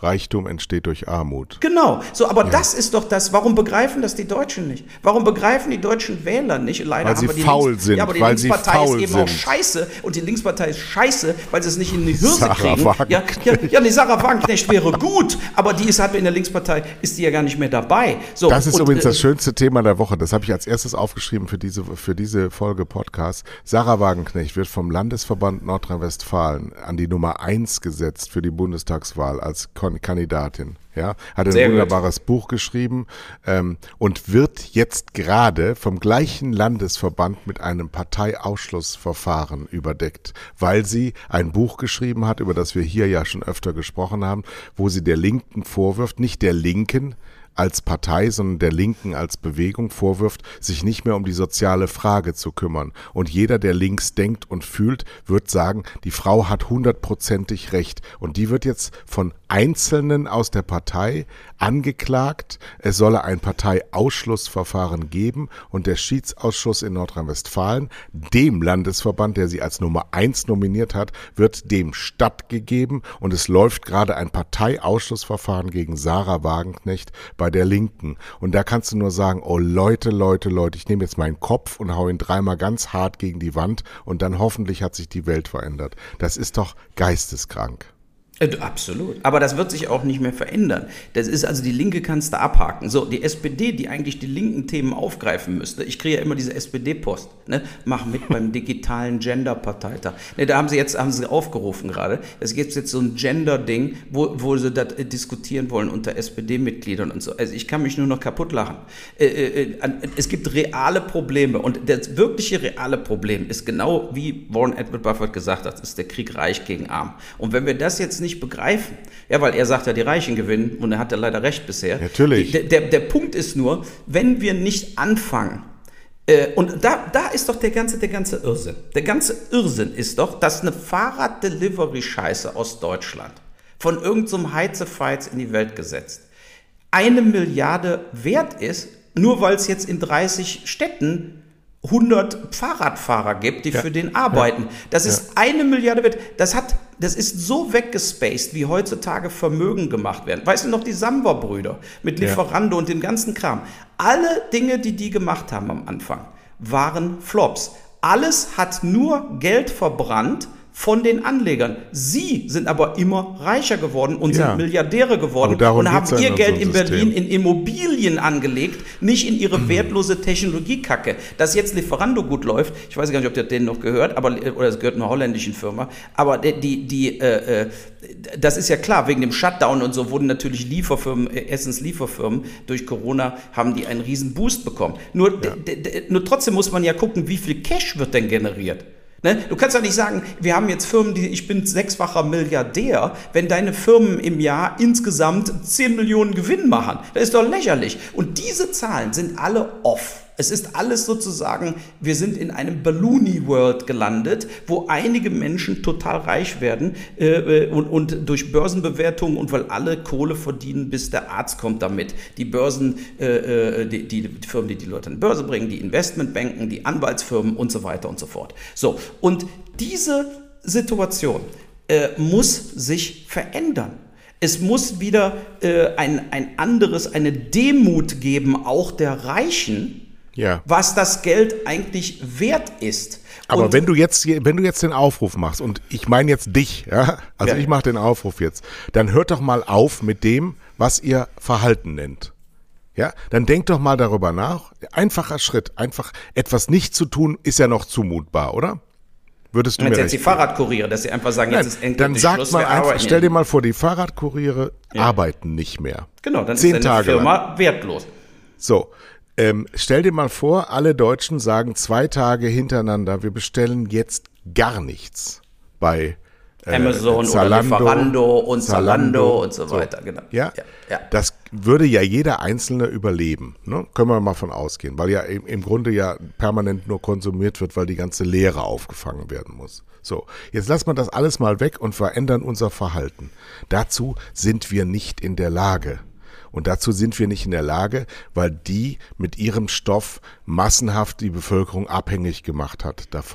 Reichtum entsteht durch Armut. Genau, so, aber ja. das ist doch das, warum begreifen das die Deutschen nicht? Warum begreifen die deutschen Wähler nicht? Leider weil haben sie wir die faul Links, sind, ja, aber die weil Linkspartei sie faul ist eben sind. auch scheiße und die Linkspartei ist scheiße, weil sie es nicht in die Hirse Sarah kriegen. Wagenknecht. Ja, ja, ja, die Sarah Wagenknecht wäre gut, aber die ist halt in der Linkspartei, ist die ja gar nicht mehr dabei. So, das ist und, übrigens äh, das schönste Thema der Woche, das habe ich als erstes aufgeschrieben für diese, für diese Folge Podcast. Sarah Wagenknecht wird vom Landesverband Nordrhein-Westfalen an die Nummer eins gesetzt für die Bundestagswahl als Kandidatin. Ja, hat ein Sehr wunderbares gut. Buch geschrieben ähm, und wird jetzt gerade vom gleichen Landesverband mit einem Parteiausschlussverfahren überdeckt, weil sie ein Buch geschrieben hat, über das wir hier ja schon öfter gesprochen haben, wo sie der Linken vorwirft, nicht der Linken als Partei, sondern der Linken als Bewegung vorwirft, sich nicht mehr um die soziale Frage zu kümmern. Und jeder, der links denkt und fühlt, wird sagen, die Frau hat hundertprozentig recht. Und die wird jetzt von Einzelnen aus der Partei angeklagt. Es solle ein Parteiausschlussverfahren geben und der Schiedsausschuss in Nordrhein-Westfalen, dem Landesverband, der sie als Nummer eins nominiert hat, wird dem stattgegeben und es läuft gerade ein Parteiausschlussverfahren gegen Sarah Wagenknecht bei der Linken. Und da kannst du nur sagen, oh Leute, Leute, Leute, ich nehme jetzt meinen Kopf und hau ihn dreimal ganz hart gegen die Wand und dann hoffentlich hat sich die Welt verändert. Das ist doch geisteskrank. Absolut. Aber das wird sich auch nicht mehr verändern. Das ist also, die Linke kannst du abhaken. So, die S P D, die eigentlich die linken Themen aufgreifen müsste, ich kriege ja immer diese S P D-Post, ne? Mach mit beim digitalen Gender-Parteitag. Ne, da haben sie jetzt, haben sie aufgerufen gerade, es gibt jetzt so ein Gender-Ding, wo, wo sie das äh, diskutieren wollen unter S P D-Mitgliedern und so. Also ich kann mich nur noch kaputt lachen. Äh, äh, es gibt reale Probleme und das wirkliche reale Problem ist genau, wie Warren Edward Buffett gesagt hat, ist der Krieg reich gegen arm. Und wenn wir das jetzt nicht begreifen. Ja, weil er sagt ja, die Reichen gewinnen und er hat ja leider recht bisher. Natürlich. Der, der, der Punkt ist nur, wenn wir nicht anfangen, äh, und da, da ist doch der ganze, der ganze Irrsinn. Der ganze Irrsinn ist doch, dass eine Fahrrad-Delivery-Scheiße aus Deutschland von irgendeinem so Heizefeiz in die Welt gesetzt eine Milliarde wert ist, nur weil es jetzt in dreißig Städten hundert Fahrradfahrer gibt, die ja. für den arbeiten. Das ist ja. eine Milliarde wert. Das hat, das ist so weggespaced, wie heutzutage Vermögen gemacht werden. Weißt du noch, die Samba-Brüder mit Lieferando ja. und dem ganzen Kram. Alle Dinge, die die gemacht haben am Anfang, waren Flops. Alles hat nur Geld verbrannt von den Anlegern. Sie sind aber immer reicher geworden und ja. sind Milliardäre geworden und haben ihr Geld in Berlin in Immobilien angelegt, nicht in ihre wertlose Technologiekacke. Dass jetzt Lieferando gut läuft, ich weiß gar nicht, ob ihr den noch gehört, aber, oder es gehört einer holländischen Firma, aber die, die, äh, das ist ja klar, wegen dem Shutdown und so wurden natürlich Lieferfirmen, Essenslieferfirmen durch Corona, haben die einen riesen Boost bekommen. Nur, ja. d- d- nur trotzdem muss man ja gucken, wie viel Cash wird denn generiert. Ne? Du kannst ja nicht sagen, wir haben jetzt Firmen, die, ich bin sechsfacher Milliardär, wenn deine Firmen im Jahr insgesamt zehn Millionen Gewinn machen. Das ist doch lächerlich. Und diese Zahlen sind alle off. Es ist alles sozusagen, wir sind in einem Balloony-World gelandet, wo einige Menschen total reich werden äh, und, und durch Börsenbewertungen und weil alle Kohle verdienen, bis der Arzt kommt damit. Die Börsen, äh, die, die, die Firmen, die die Leute an die Börse bringen, die Investmentbanken, die Anwaltsfirmen und so weiter und so fort. So, und diese Situation äh, muss sich verändern. Es muss wieder äh, ein, ein anderes, eine Demut geben, auch der Reichen, ja. was das Geld eigentlich wert ist. Aber und wenn du jetzt wenn du jetzt den Aufruf machst, und ich meine jetzt dich, ja, also ja. ich mache den Aufruf jetzt, dann hört doch mal auf mit dem, was ihr Verhalten nennt. Ja, dann denkt doch mal darüber nach. Einfacher Schritt, einfach etwas nicht zu tun, ist ja noch zumutbar, oder? Würdest du und jetzt mir jetzt die Fahrradkuriere, dass sie einfach sagen, Nein, jetzt ist endlich dann sagt Schluss, man einfach, stell dir hin. mal vor, die Fahrradkuriere ja. arbeiten nicht mehr. Genau, dann Zehn ist deine Tage Firma lang. wertlos. So. Ähm, stell dir mal vor, alle Deutschen sagen zwei Tage hintereinander, wir bestellen jetzt gar nichts bei äh, Amazon Zalando, oder Lieferando und Zalando, Zalando und so weiter. So. Genau. Ja? Ja, ja, das würde ja jeder Einzelne überleben. Ne? Können wir mal von ausgehen, weil ja im, im Grunde ja permanent nur konsumiert wird, weil die ganze Leere aufgefangen werden muss. So, jetzt lassen wir das alles mal weg und verändern unser Verhalten. Dazu sind wir nicht in der Lage. Und dazu sind wir nicht in der Lage, weil die mit ihrem Stoff massenhaft die Bevölkerung abhängig gemacht hat davon.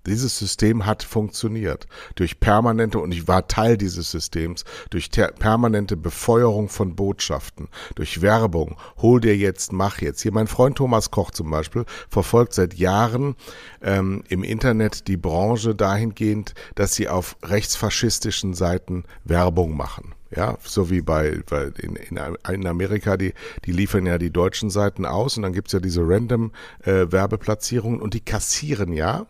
Dieses System hat funktioniert durch permanente, und ich war Teil dieses Systems, durch ter- permanente Befeuerung von Botschaften, durch Werbung, hol dir jetzt, mach jetzt. Hier mein Freund Thomas Koch zum Beispiel verfolgt seit Jahren ähm, im Internet die Branche dahingehend, dass sie auf rechtsfaschistischen Seiten Werbung machen. Ja, so wie bei, bei in, in, in Amerika, die, die liefern ja die deutschen Seiten aus und dann gibt's ja diese random äh, Werbeplatzierungen und die kassieren ja,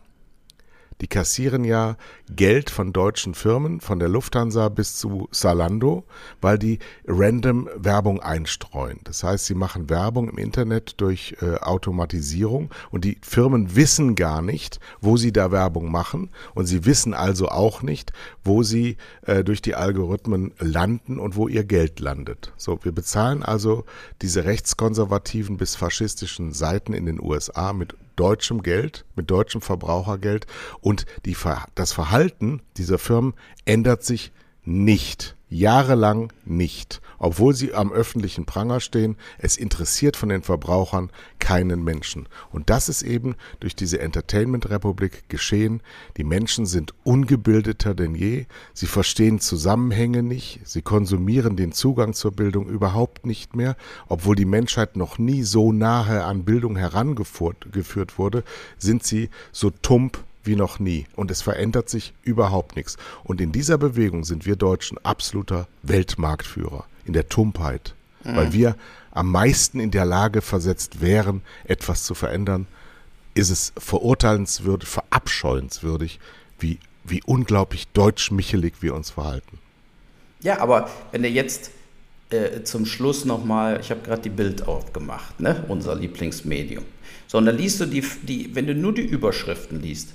die kassieren ja Geld von deutschen Firmen, von der Lufthansa bis zu Zalando, weil die random Werbung einstreuen. Das heißt, sie machen Werbung im Internet durch äh, Automatisierung und die Firmen wissen gar nicht, wo sie da Werbung machen und sie wissen also auch nicht, wo sie äh, durch die Algorithmen landen und wo ihr Geld landet. So, wir bezahlen also diese rechtskonservativen bis faschistischen Seiten in den U S A mit deutschem Geld, mit deutschem Verbrauchergeld und die, das Verhalten dieser Firmen ändert sich nicht, jahrelang nicht, obwohl sie am öffentlichen Pranger stehen. Es interessiert von den Verbrauchern keinen Menschen. Und das ist eben durch diese Entertainment-Republik geschehen. Die Menschen sind ungebildeter denn je. Sie verstehen Zusammenhänge nicht. Sie konsumieren den Zugang zur Bildung überhaupt nicht mehr, obwohl die Menschheit noch nie so nahe an Bildung herangeführt wurde, sind sie so tump wie noch nie. Und es verändert sich überhaupt nichts. Und in dieser Bewegung sind wir Deutschen absoluter Weltmarktführer in der Tumpheit, mhm. weil wir am meisten in der Lage versetzt wären, etwas zu verändern, ist es verurteilenswürdig, verabscheuenswürdig, wie, wie unglaublich deutsch-michelig wir uns verhalten. Ja, aber wenn du jetzt äh, zum Schluss nochmal, ich habe gerade die Bild aufgemacht, ne? Unser Lieblingsmedium. So, und dann liest du die, die, wenn du nur die Überschriften liest,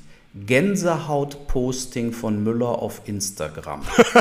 Gänsehaut-Posting von Müller auf Instagram.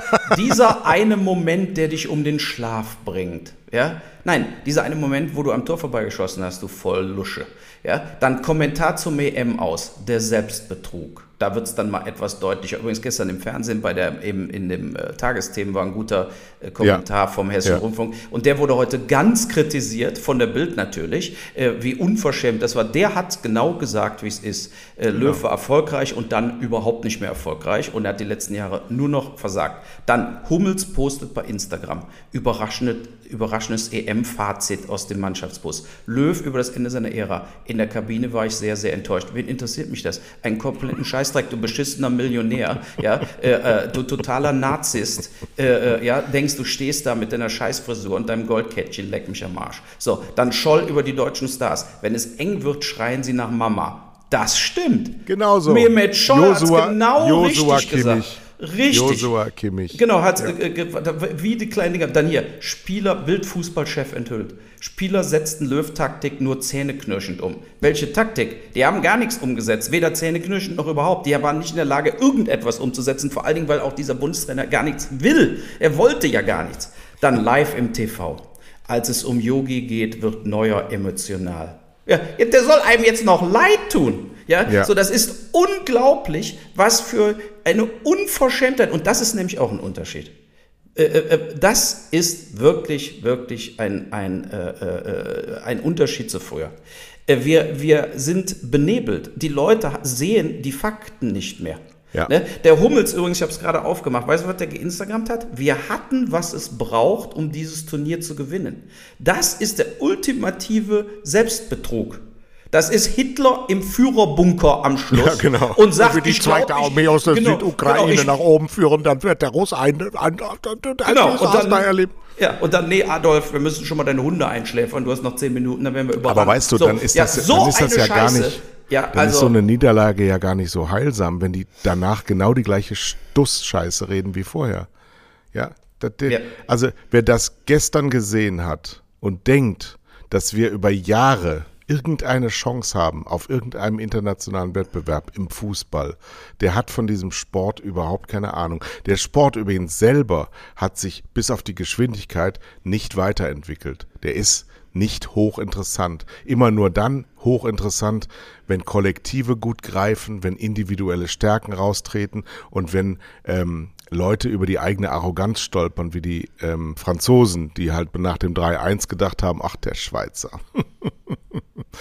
Dieser eine Moment, der dich um den Schlaf bringt. Ja? Nein, dieser eine Moment, wo du am Tor vorbeigeschossen hast, du voll Lusche. Ja? Dann Kommentar zum E M aus, der Selbstbetrug. Da wird es dann mal etwas deutlicher. Übrigens gestern im Fernsehen, bei der, eben in dem äh, Tagesthemen war ein guter äh, Kommentar ja. vom Hessischen ja. Rundfunk. Und der wurde heute ganz kritisiert, von der Bild natürlich, äh, wie unverschämt das war. Der hat genau gesagt, wie es ist. Äh, Löw war erfolgreich und dann überhaupt nicht mehr erfolgreich. Und er hat die letzten Jahre nur noch versagt. Dann Hummels postet bei Instagram überraschende, überraschendes E M-Fazit aus dem Mannschaftsbus. Löw über das Ende seiner Ära. In der Kabine war ich sehr, sehr enttäuscht. Wen interessiert mich das? Einen kompletten Scheißdreck, du beschissener Millionär, ja, äh, äh, du totaler Narzisst, äh, äh, ja, denkst, du stehst da mit deiner Scheißfrisur und deinem Goldkettchen, leck mich am Arsch. So, dann Scholl über die deutschen Stars. Wenn es eng wird, schreien sie nach Mama. Das stimmt. Genauso. Mehmet Scholl hat es genau Joshua richtig Kimmich. gesagt. Richtig. Joshua Kimmich. Genau, hat ja. äh, wie die kleinen Dinger. Dann hier, Spieler, Bildfußballchef enthüllt. Spieler setzten Löw-Taktik nur zähneknirschend um. Welche Taktik? Die haben gar nichts umgesetzt, weder zähneknirschend noch überhaupt. Die waren nicht in der Lage, irgendetwas umzusetzen, vor allen Dingen, weil auch dieser Bundestrainer gar nichts will. Er wollte ja gar nichts. Dann live im T V. Als es um Yogi geht, wird Neuer emotional. Ja, der soll einem jetzt noch leid tun. Ja, ja. So, das ist unglaublich, was für eine Unverschämtheit. Und das ist nämlich auch ein Unterschied. Äh, äh, das ist wirklich, wirklich ein, ein, äh, äh, ein Unterschied zu früher. Äh, wir, wir sind benebelt. Die Leute sehen die Fakten nicht mehr. Ja. Ne? Der Hummels übrigens, ich habe es gerade aufgemacht, weißt du, was der geinstagrammt hat? Wir hatten, was es braucht, um dieses Turnier zu gewinnen. Das ist der ultimative Selbstbetrug. Das ist Hitler im Führerbunker am Schluss. Ja, genau. Und sagt, wenn die ich zweite glaub, Armee aus der genau, Südukraine genau, ich, nach oben führen, dann wird der Russ ein, ein, ein, ein genau, und dann, erleben. Ja, und dann, nee, Adolf, wir müssen schon mal deine Hunde einschläfern, du hast noch zehn Minuten, dann werden wir überrannt. Aber weißt du, so, dann ist ja, das, so dann ist das ja Scheiße. gar nicht, ja, dann also, ist so eine Niederlage ja gar nicht so heilsam, wenn die danach genau die gleiche Stuss-Scheiße reden wie vorher. Ja, das, ja, also wer das gestern gesehen hat und denkt, dass wir über Jahre irgendeine Chance haben auf irgendeinem internationalen Wettbewerb im Fußball, der hat von diesem Sport überhaupt keine Ahnung. Der Sport übrigens selber hat sich bis auf die Geschwindigkeit nicht weiterentwickelt. Der ist nicht hochinteressant. Immer nur dann hochinteressant, wenn Kollektive gut greifen, wenn individuelle Stärken raustreten und wenn ähm, Leute über die eigene Arroganz stolpern, wie die ähm, Franzosen, die halt nach dem drei eins gedacht haben, ach, der Schweizer.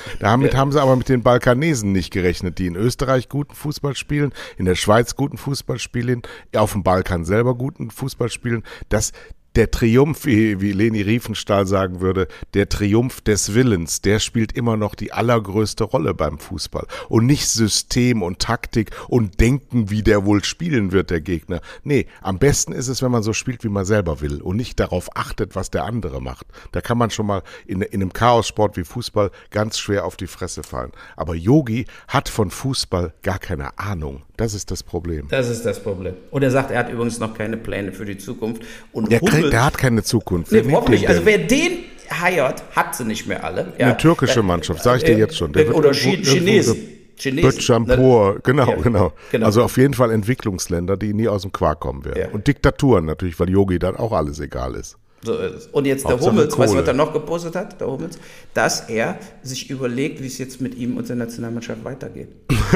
Damit Ja. haben sie aber mit den Balkanesen nicht gerechnet, die in Österreich guten Fußball spielen, in der Schweiz guten Fußball spielen, auf dem Balkan selber guten Fußball spielen. Das Der Triumph, wie, wie Leni Riefenstahl sagen würde, der Triumph des Willens, der spielt immer noch die allergrößte Rolle beim Fußball. Und nicht System und Taktik und Denken, wie der wohl spielen wird, der Gegner. Nee, am besten ist es, wenn man so spielt, wie man selber will und nicht darauf achtet, was der andere macht. Da kann man schon mal in, in einem Chaossport wie Fußball ganz schwer auf die Fresse fallen. Aber Yogi hat von Fußball gar keine Ahnung. Das ist das Problem. Das ist das Problem. Und er sagt, er hat übrigens noch keine Pläne für die Zukunft. Und Der, Hummels, kriegt, der hat keine Zukunft. nee, Wer nimmt hoffentlich. den Also denn? wer den heiert, hat sie nicht mehr alle. Ja. Eine türkische Mannschaft, sage ich dir jetzt schon. Der wird Oder irgendwo- Chi- Chinesen. Chinesen. Böttchampur, genau, Ja, genau, genau. Also auf jeden Fall Entwicklungsländer, die nie aus dem Quark kommen werden. Ja. Und Diktaturen natürlich, weil Yogi dann auch alles egal ist. So ist es. Und jetzt der Hauptsache Hummels, weißt du, was Kohle. er noch gepostet hat, der Hummels? Dass er sich überlegt, wie es jetzt mit ihm und der Nationalmannschaft weitergeht.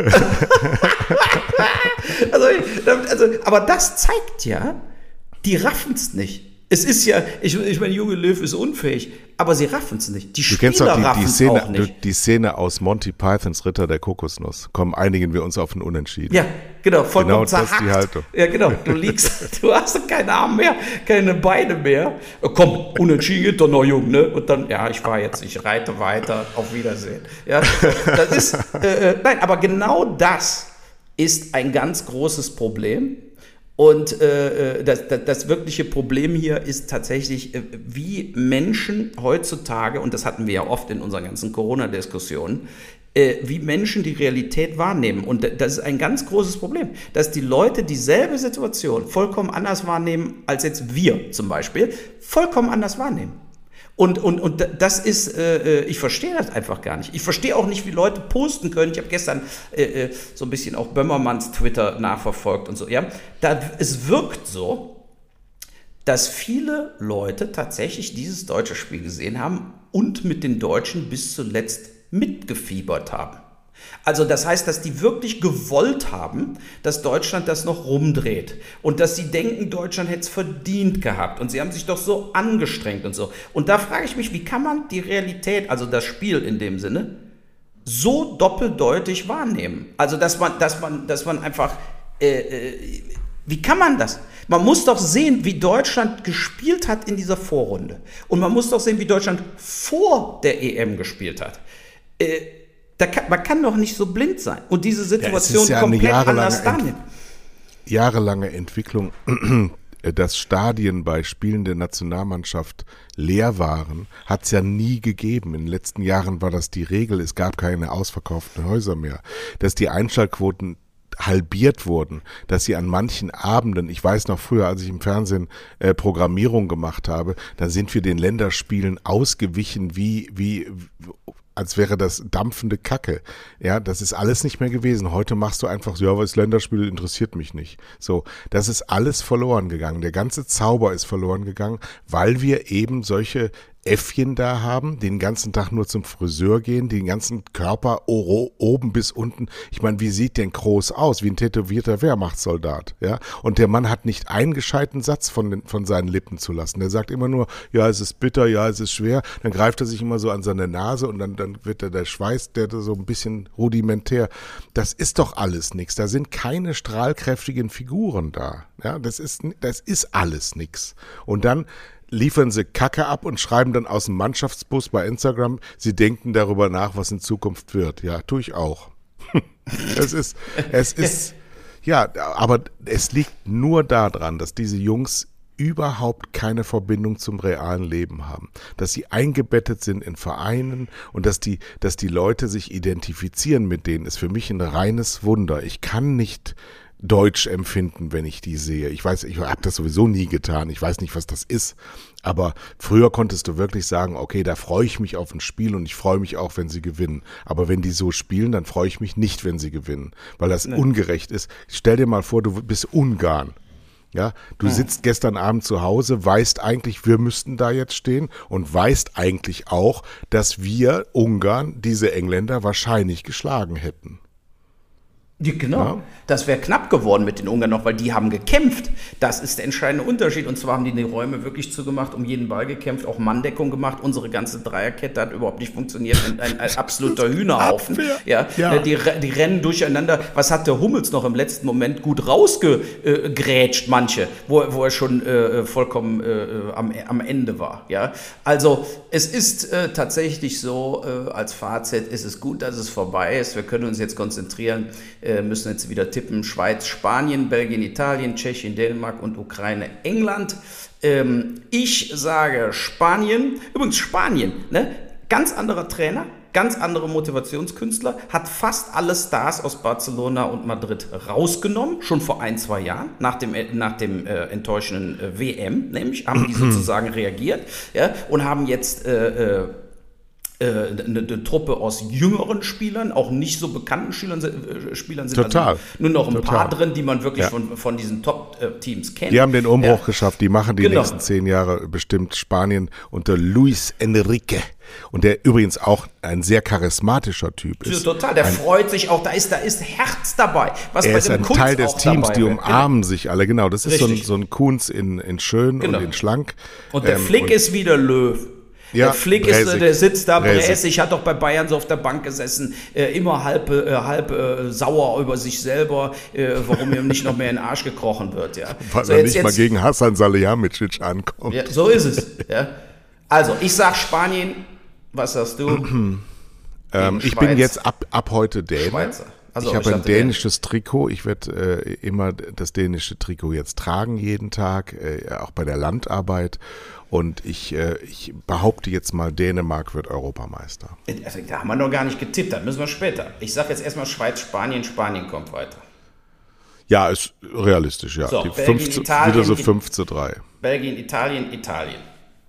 also, also, aber das zeigt ja, die raffen es nicht. Es ist ja, ich, ich meine, Jogi Löw ist unfähig, aber sie raffen es nicht. Die Du kennst Spieler doch die, raffen die, es Szene, auch nicht. die Szene aus Monty Pythons Ritter der Kokosnuss. Komm, einigen wir uns auf ein Unentschieden. Ja, genau, vollkommen Genau das ist zerhackt. die Haltung. Ja, genau, du liegst, du hast keinen Arm mehr, keine Beine mehr. Komm, unentschieden geht doch noch, Jung, ne? Und dann, ja, ich fahre jetzt, ich reite weiter, auf Wiedersehen. Ja, das ist, äh, nein, aber genau das ist ein ganz großes Problem. Und äh, das, das, das wirkliche Problem hier ist tatsächlich, äh, wie Menschen heutzutage, und das hatten wir ja oft in unseren ganzen Corona-Diskussionen, äh, wie Menschen die Realität wahrnehmen. Und das ist ein ganz großes Problem, dass die Leute dieselbe Situation vollkommen anders wahrnehmen, als jetzt wir zum Beispiel, vollkommen anders wahrnehmen. Und, und, und das ist, äh, ich verstehe das einfach gar nicht. Ich verstehe auch nicht, wie Leute posten können. Ich habe gestern äh, so ein bisschen auch Böhmermanns Twitter nachverfolgt und so. Ja, da, es wirkt so, dass viele Leute tatsächlich dieses deutsche Spiel gesehen haben und mit den Deutschen bis zuletzt mitgefiebert haben. Also das heißt, dass die wirklich gewollt haben, dass Deutschland das noch rumdreht und dass sie denken, Deutschland hätte es verdient gehabt und sie haben sich doch so angestrengt und so. Und da frage ich mich, wie kann man die Realität, also das Spiel in dem Sinne, so doppeldeutig wahrnehmen? Also dass man, dass man, dass man einfach, äh, äh, wie kann man das? Man muss doch sehen, wie Deutschland gespielt hat in dieser Vorrunde. Und man muss doch sehen, wie Deutschland vor der E M gespielt hat. Äh, Da kann, man kann doch nicht so blind sein und diese Situation ja, ja komplett anders Ent- wahrnehmen. jahrelange Entwicklung, dass Stadien bei Spielen der Nationalmannschaft leer waren, hat es ja nie gegeben. In den letzten Jahren war das die Regel. Es gab keine ausverkauften Häuser mehr. Dass die Einschaltquoten halbiert wurden, dass sie an manchen Abenden, ich weiß noch früher, als ich im Fernsehen äh, Programmierung gemacht habe, da sind wir den Länderspielen ausgewichen wie, wie, als wäre das dampfende Kacke. Ja, das ist alles nicht mehr gewesen. Heute machst du einfach so, ja, was Länderspiel interessiert mich nicht. So, das ist alles verloren gegangen. Der ganze Zauber ist verloren gegangen, weil wir eben solche Äffchen da haben, die den ganzen Tag nur zum Friseur gehen, den ganzen Körper oro, oben bis unten. Ich meine, wie sieht denn Kroos aus? Wie ein tätowierter Wehrmachtssoldat, ja? Und der Mann hat nicht einen gescheiten Satz von, den, von seinen Lippen zu lassen. Der sagt immer nur, ja, es ist bitter, ja, es ist schwer. Dann greift er sich immer so an seine Nase und dann, dann wird er der Schweiß, der so ein bisschen rudimentär. Das ist doch alles nichts. Da sind keine strahlkräftigen Figuren da. Ja, das ist, das ist alles nix. Und dann liefern sie Kacke ab und schreiben dann aus dem Mannschaftsbus bei Instagram, sie denken darüber nach, was in Zukunft wird. Ja, tue ich auch. es ist, es ist, ja, aber es liegt nur daran, dass diese Jungs überhaupt keine Verbindung zum realen Leben haben, dass sie eingebettet sind in Vereinen und dass die, dass die Leute sich identifizieren mit denen, ist für mich ein reines Wunder. Ich kann nicht Deutsch empfinden, wenn ich die sehe. Ich weiß, ich habe das sowieso nie getan. Ich weiß nicht, was das ist. Aber früher konntest du wirklich sagen, okay, da freue ich mich auf ein Spiel und ich freue mich auch, wenn sie gewinnen. Aber wenn die so spielen, dann freue ich mich nicht, wenn sie gewinnen, weil das Nein. ungerecht ist. Stell dir mal vor, du bist Ungarn. Ja, du sitzt gestern Abend zu Hause, weißt eigentlich, wir müssten da jetzt stehen und weißt eigentlich auch, dass wir Ungarn, diese Engländer, wahrscheinlich geschlagen hätten. Ja, genau. Ja. Das wäre knapp geworden mit den Ungarn noch, weil die haben gekämpft. Das ist der entscheidende Unterschied. Und zwar haben die die Räume wirklich zugemacht, um jeden Ball gekämpft, auch Manndeckung gemacht. Unsere ganze Dreierkette hat überhaupt nicht funktioniert. Ein, ein, ein absoluter Hühnerhaufen. Ja, ja. Die, die rennen durcheinander. Was hat der Hummels noch im letzten Moment gut rausgegrätscht, manche, wo, wo er schon äh, vollkommen äh, am, am Ende war. Ja? Also es ist äh, tatsächlich so, äh, als Fazit ist es gut, dass es vorbei ist. Wir können uns jetzt konzentrieren, äh, müssen jetzt wieder tippen, Schweiz, Spanien, Belgien, Italien, Tschechien, Dänemark und Ukraine, England. Ähm, ich sage Spanien. Übrigens Spanien, ne? Ganz anderer Trainer, ganz andere Motivationskünstler, hat fast alle Stars aus Barcelona und Madrid rausgenommen, schon vor ein, zwei Jahren, nach dem, nach dem äh, enttäuschenden äh, W M, nämlich haben die sozusagen reagiert, ja, und haben jetzt äh, äh, Eine, eine Truppe aus jüngeren Spielern, auch nicht so bekannten Spielern, äh, Spielern sind Total. Also nur noch ein Total. paar drin, die man wirklich ja. von, von diesen Top-Teams kennt. Die haben den Umbruch ja. geschafft, die machen die genau. nächsten zehn Jahre bestimmt Spanien unter Luis Enrique. Und der übrigens auch ein sehr charismatischer Typ ist. Ja, total, der ein, freut sich auch, da ist, da ist Herz dabei. Was er bei ist dem ein Kunz Teil des auch Teams, die wäre. umarmen genau. sich alle, genau. Das ist so ein, Richtig. so ein Kunz in, in schön genau. und in schlank. Und der ähm, Flick und ist wieder Löw. Ja, der Flick Bräsig. ist, der sitzt da, Bräsig. Bräsig, hat doch bei Bayern so auf der Bank gesessen, äh, immer halb, äh, halb äh, sauer über sich selber, äh, warum ihm nicht noch mehr in den Arsch gekrochen wird. Ja. Weil so, er jetzt, nicht jetzt, mal gegen Hasan Salihamidzic ankommt. Ja, so ist es. Ja. Also, ich sag Spanien, was sagst du? ähm, ich bin jetzt ab, ab heute Däne. Schweizer. Also, ich habe ich ein dachte, dänisches Trikot. Ich werde äh, immer das dänische Trikot jetzt tragen, jeden Tag, äh, auch bei der Landarbeit. Und ich, äh, ich behaupte jetzt mal, Dänemark wird Europameister. Also, da haben wir noch gar nicht getippt, da müssen wir später. Ich sage jetzt erstmal Schweiz, Spanien, Spanien kommt weiter. Ja, ist realistisch, ja. So, Die Belgien, fünf zu, Italien, wieder so fünf zu drei. Belgien, Italien, Italien.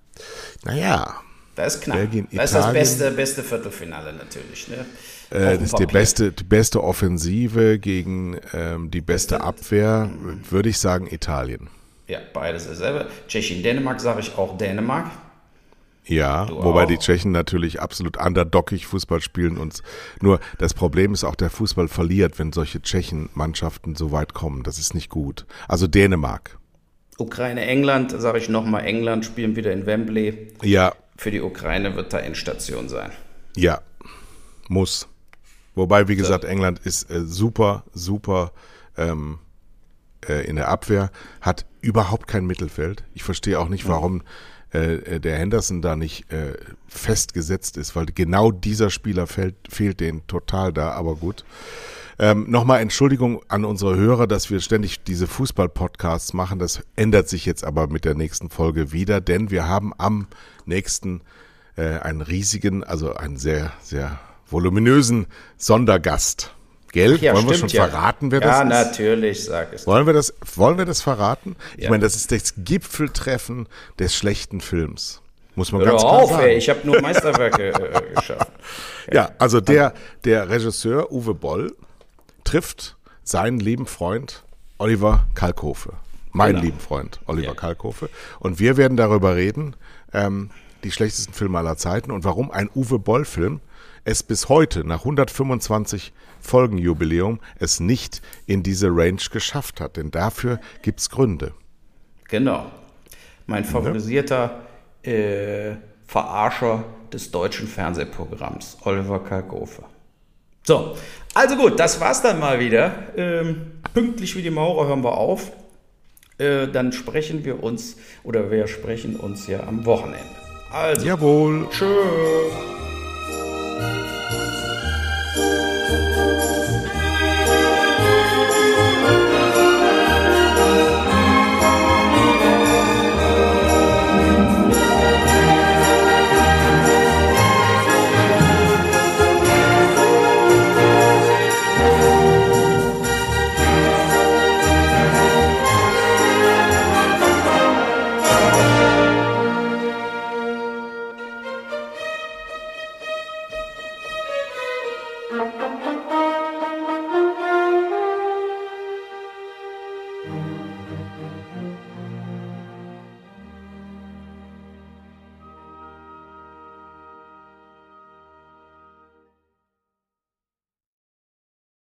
Naja. Das ist knapp. Belgien, das ist das Italien. beste, beste Viertelfinale natürlich. Ne? Äh, das ist die beste, die beste Offensive gegen ähm, die beste, beste Abwehr, würde ich sagen, Italien. Ja, beides dasselbe. Tschechien, Dänemark sage ich auch Dänemark. Ja, du wobei auch. Die Tschechen natürlich absolut underdoggig Fußball spielen. Und nur das Problem ist auch, der Fußball verliert, wenn solche Tschechen-Mannschaften so weit kommen. Das ist nicht gut. Also Dänemark. Ukraine, England, sage ich nochmal, England spielen wieder in Wembley. Ja. Für die Ukraine wird da Endstation sein. Ja, muss. Wobei, wie gesagt, so. England ist äh, super, super ähm, äh, in der Abwehr, hat überhaupt kein Mittelfeld. Ich verstehe auch nicht, warum äh, der Henderson da nicht äh, festgesetzt ist, weil genau dieser Spieler fehlt, fehlt denen total da, aber gut. Ähm, Nochmal Entschuldigung an unsere Hörer, dass wir ständig diese Fußball-Podcasts machen. Das ändert sich jetzt aber mit der nächsten Folge wieder, denn wir haben am nächsten äh, einen riesigen, also einen sehr, sehr voluminösen Sondergast. Gell? Ja, wollen wir stimmt, schon ja. verraten, wer ja, das ist? Ja, natürlich, sag es. Wollen wir das, wollen wir das verraten? Ich Ja. meine, das ist das Gipfeltreffen des schlechten Films. Muss man Hör ganz klar auf, sagen. ey, ich habe nur Meisterwerke äh, geschaffen. Ja, also der, der Regisseur Uwe Boll trifft seinen lieben Freund Oliver Kalkofe. Mein Genau. lieben Freund Oliver Ja. Kalkofe. Und wir werden darüber reden, ähm, die schlechtesten Filme aller Zeiten und warum ein Uwe Boll-Film es bis heute, nach hundertfünfundzwanzig Folgen Jubiläum, es nicht in diese Range geschafft hat. Denn dafür gibt's Gründe. Genau. Mein favorisierter äh, Verarscher des deutschen Fernsehprogramms, Oliver Kalkofe. So, also gut, das war's dann mal wieder. Ähm, pünktlich wie die Maurer hören wir auf. Äh, dann sprechen wir uns, oder wir sprechen uns ja am Wochenende. Also, Jawohl. tschüss.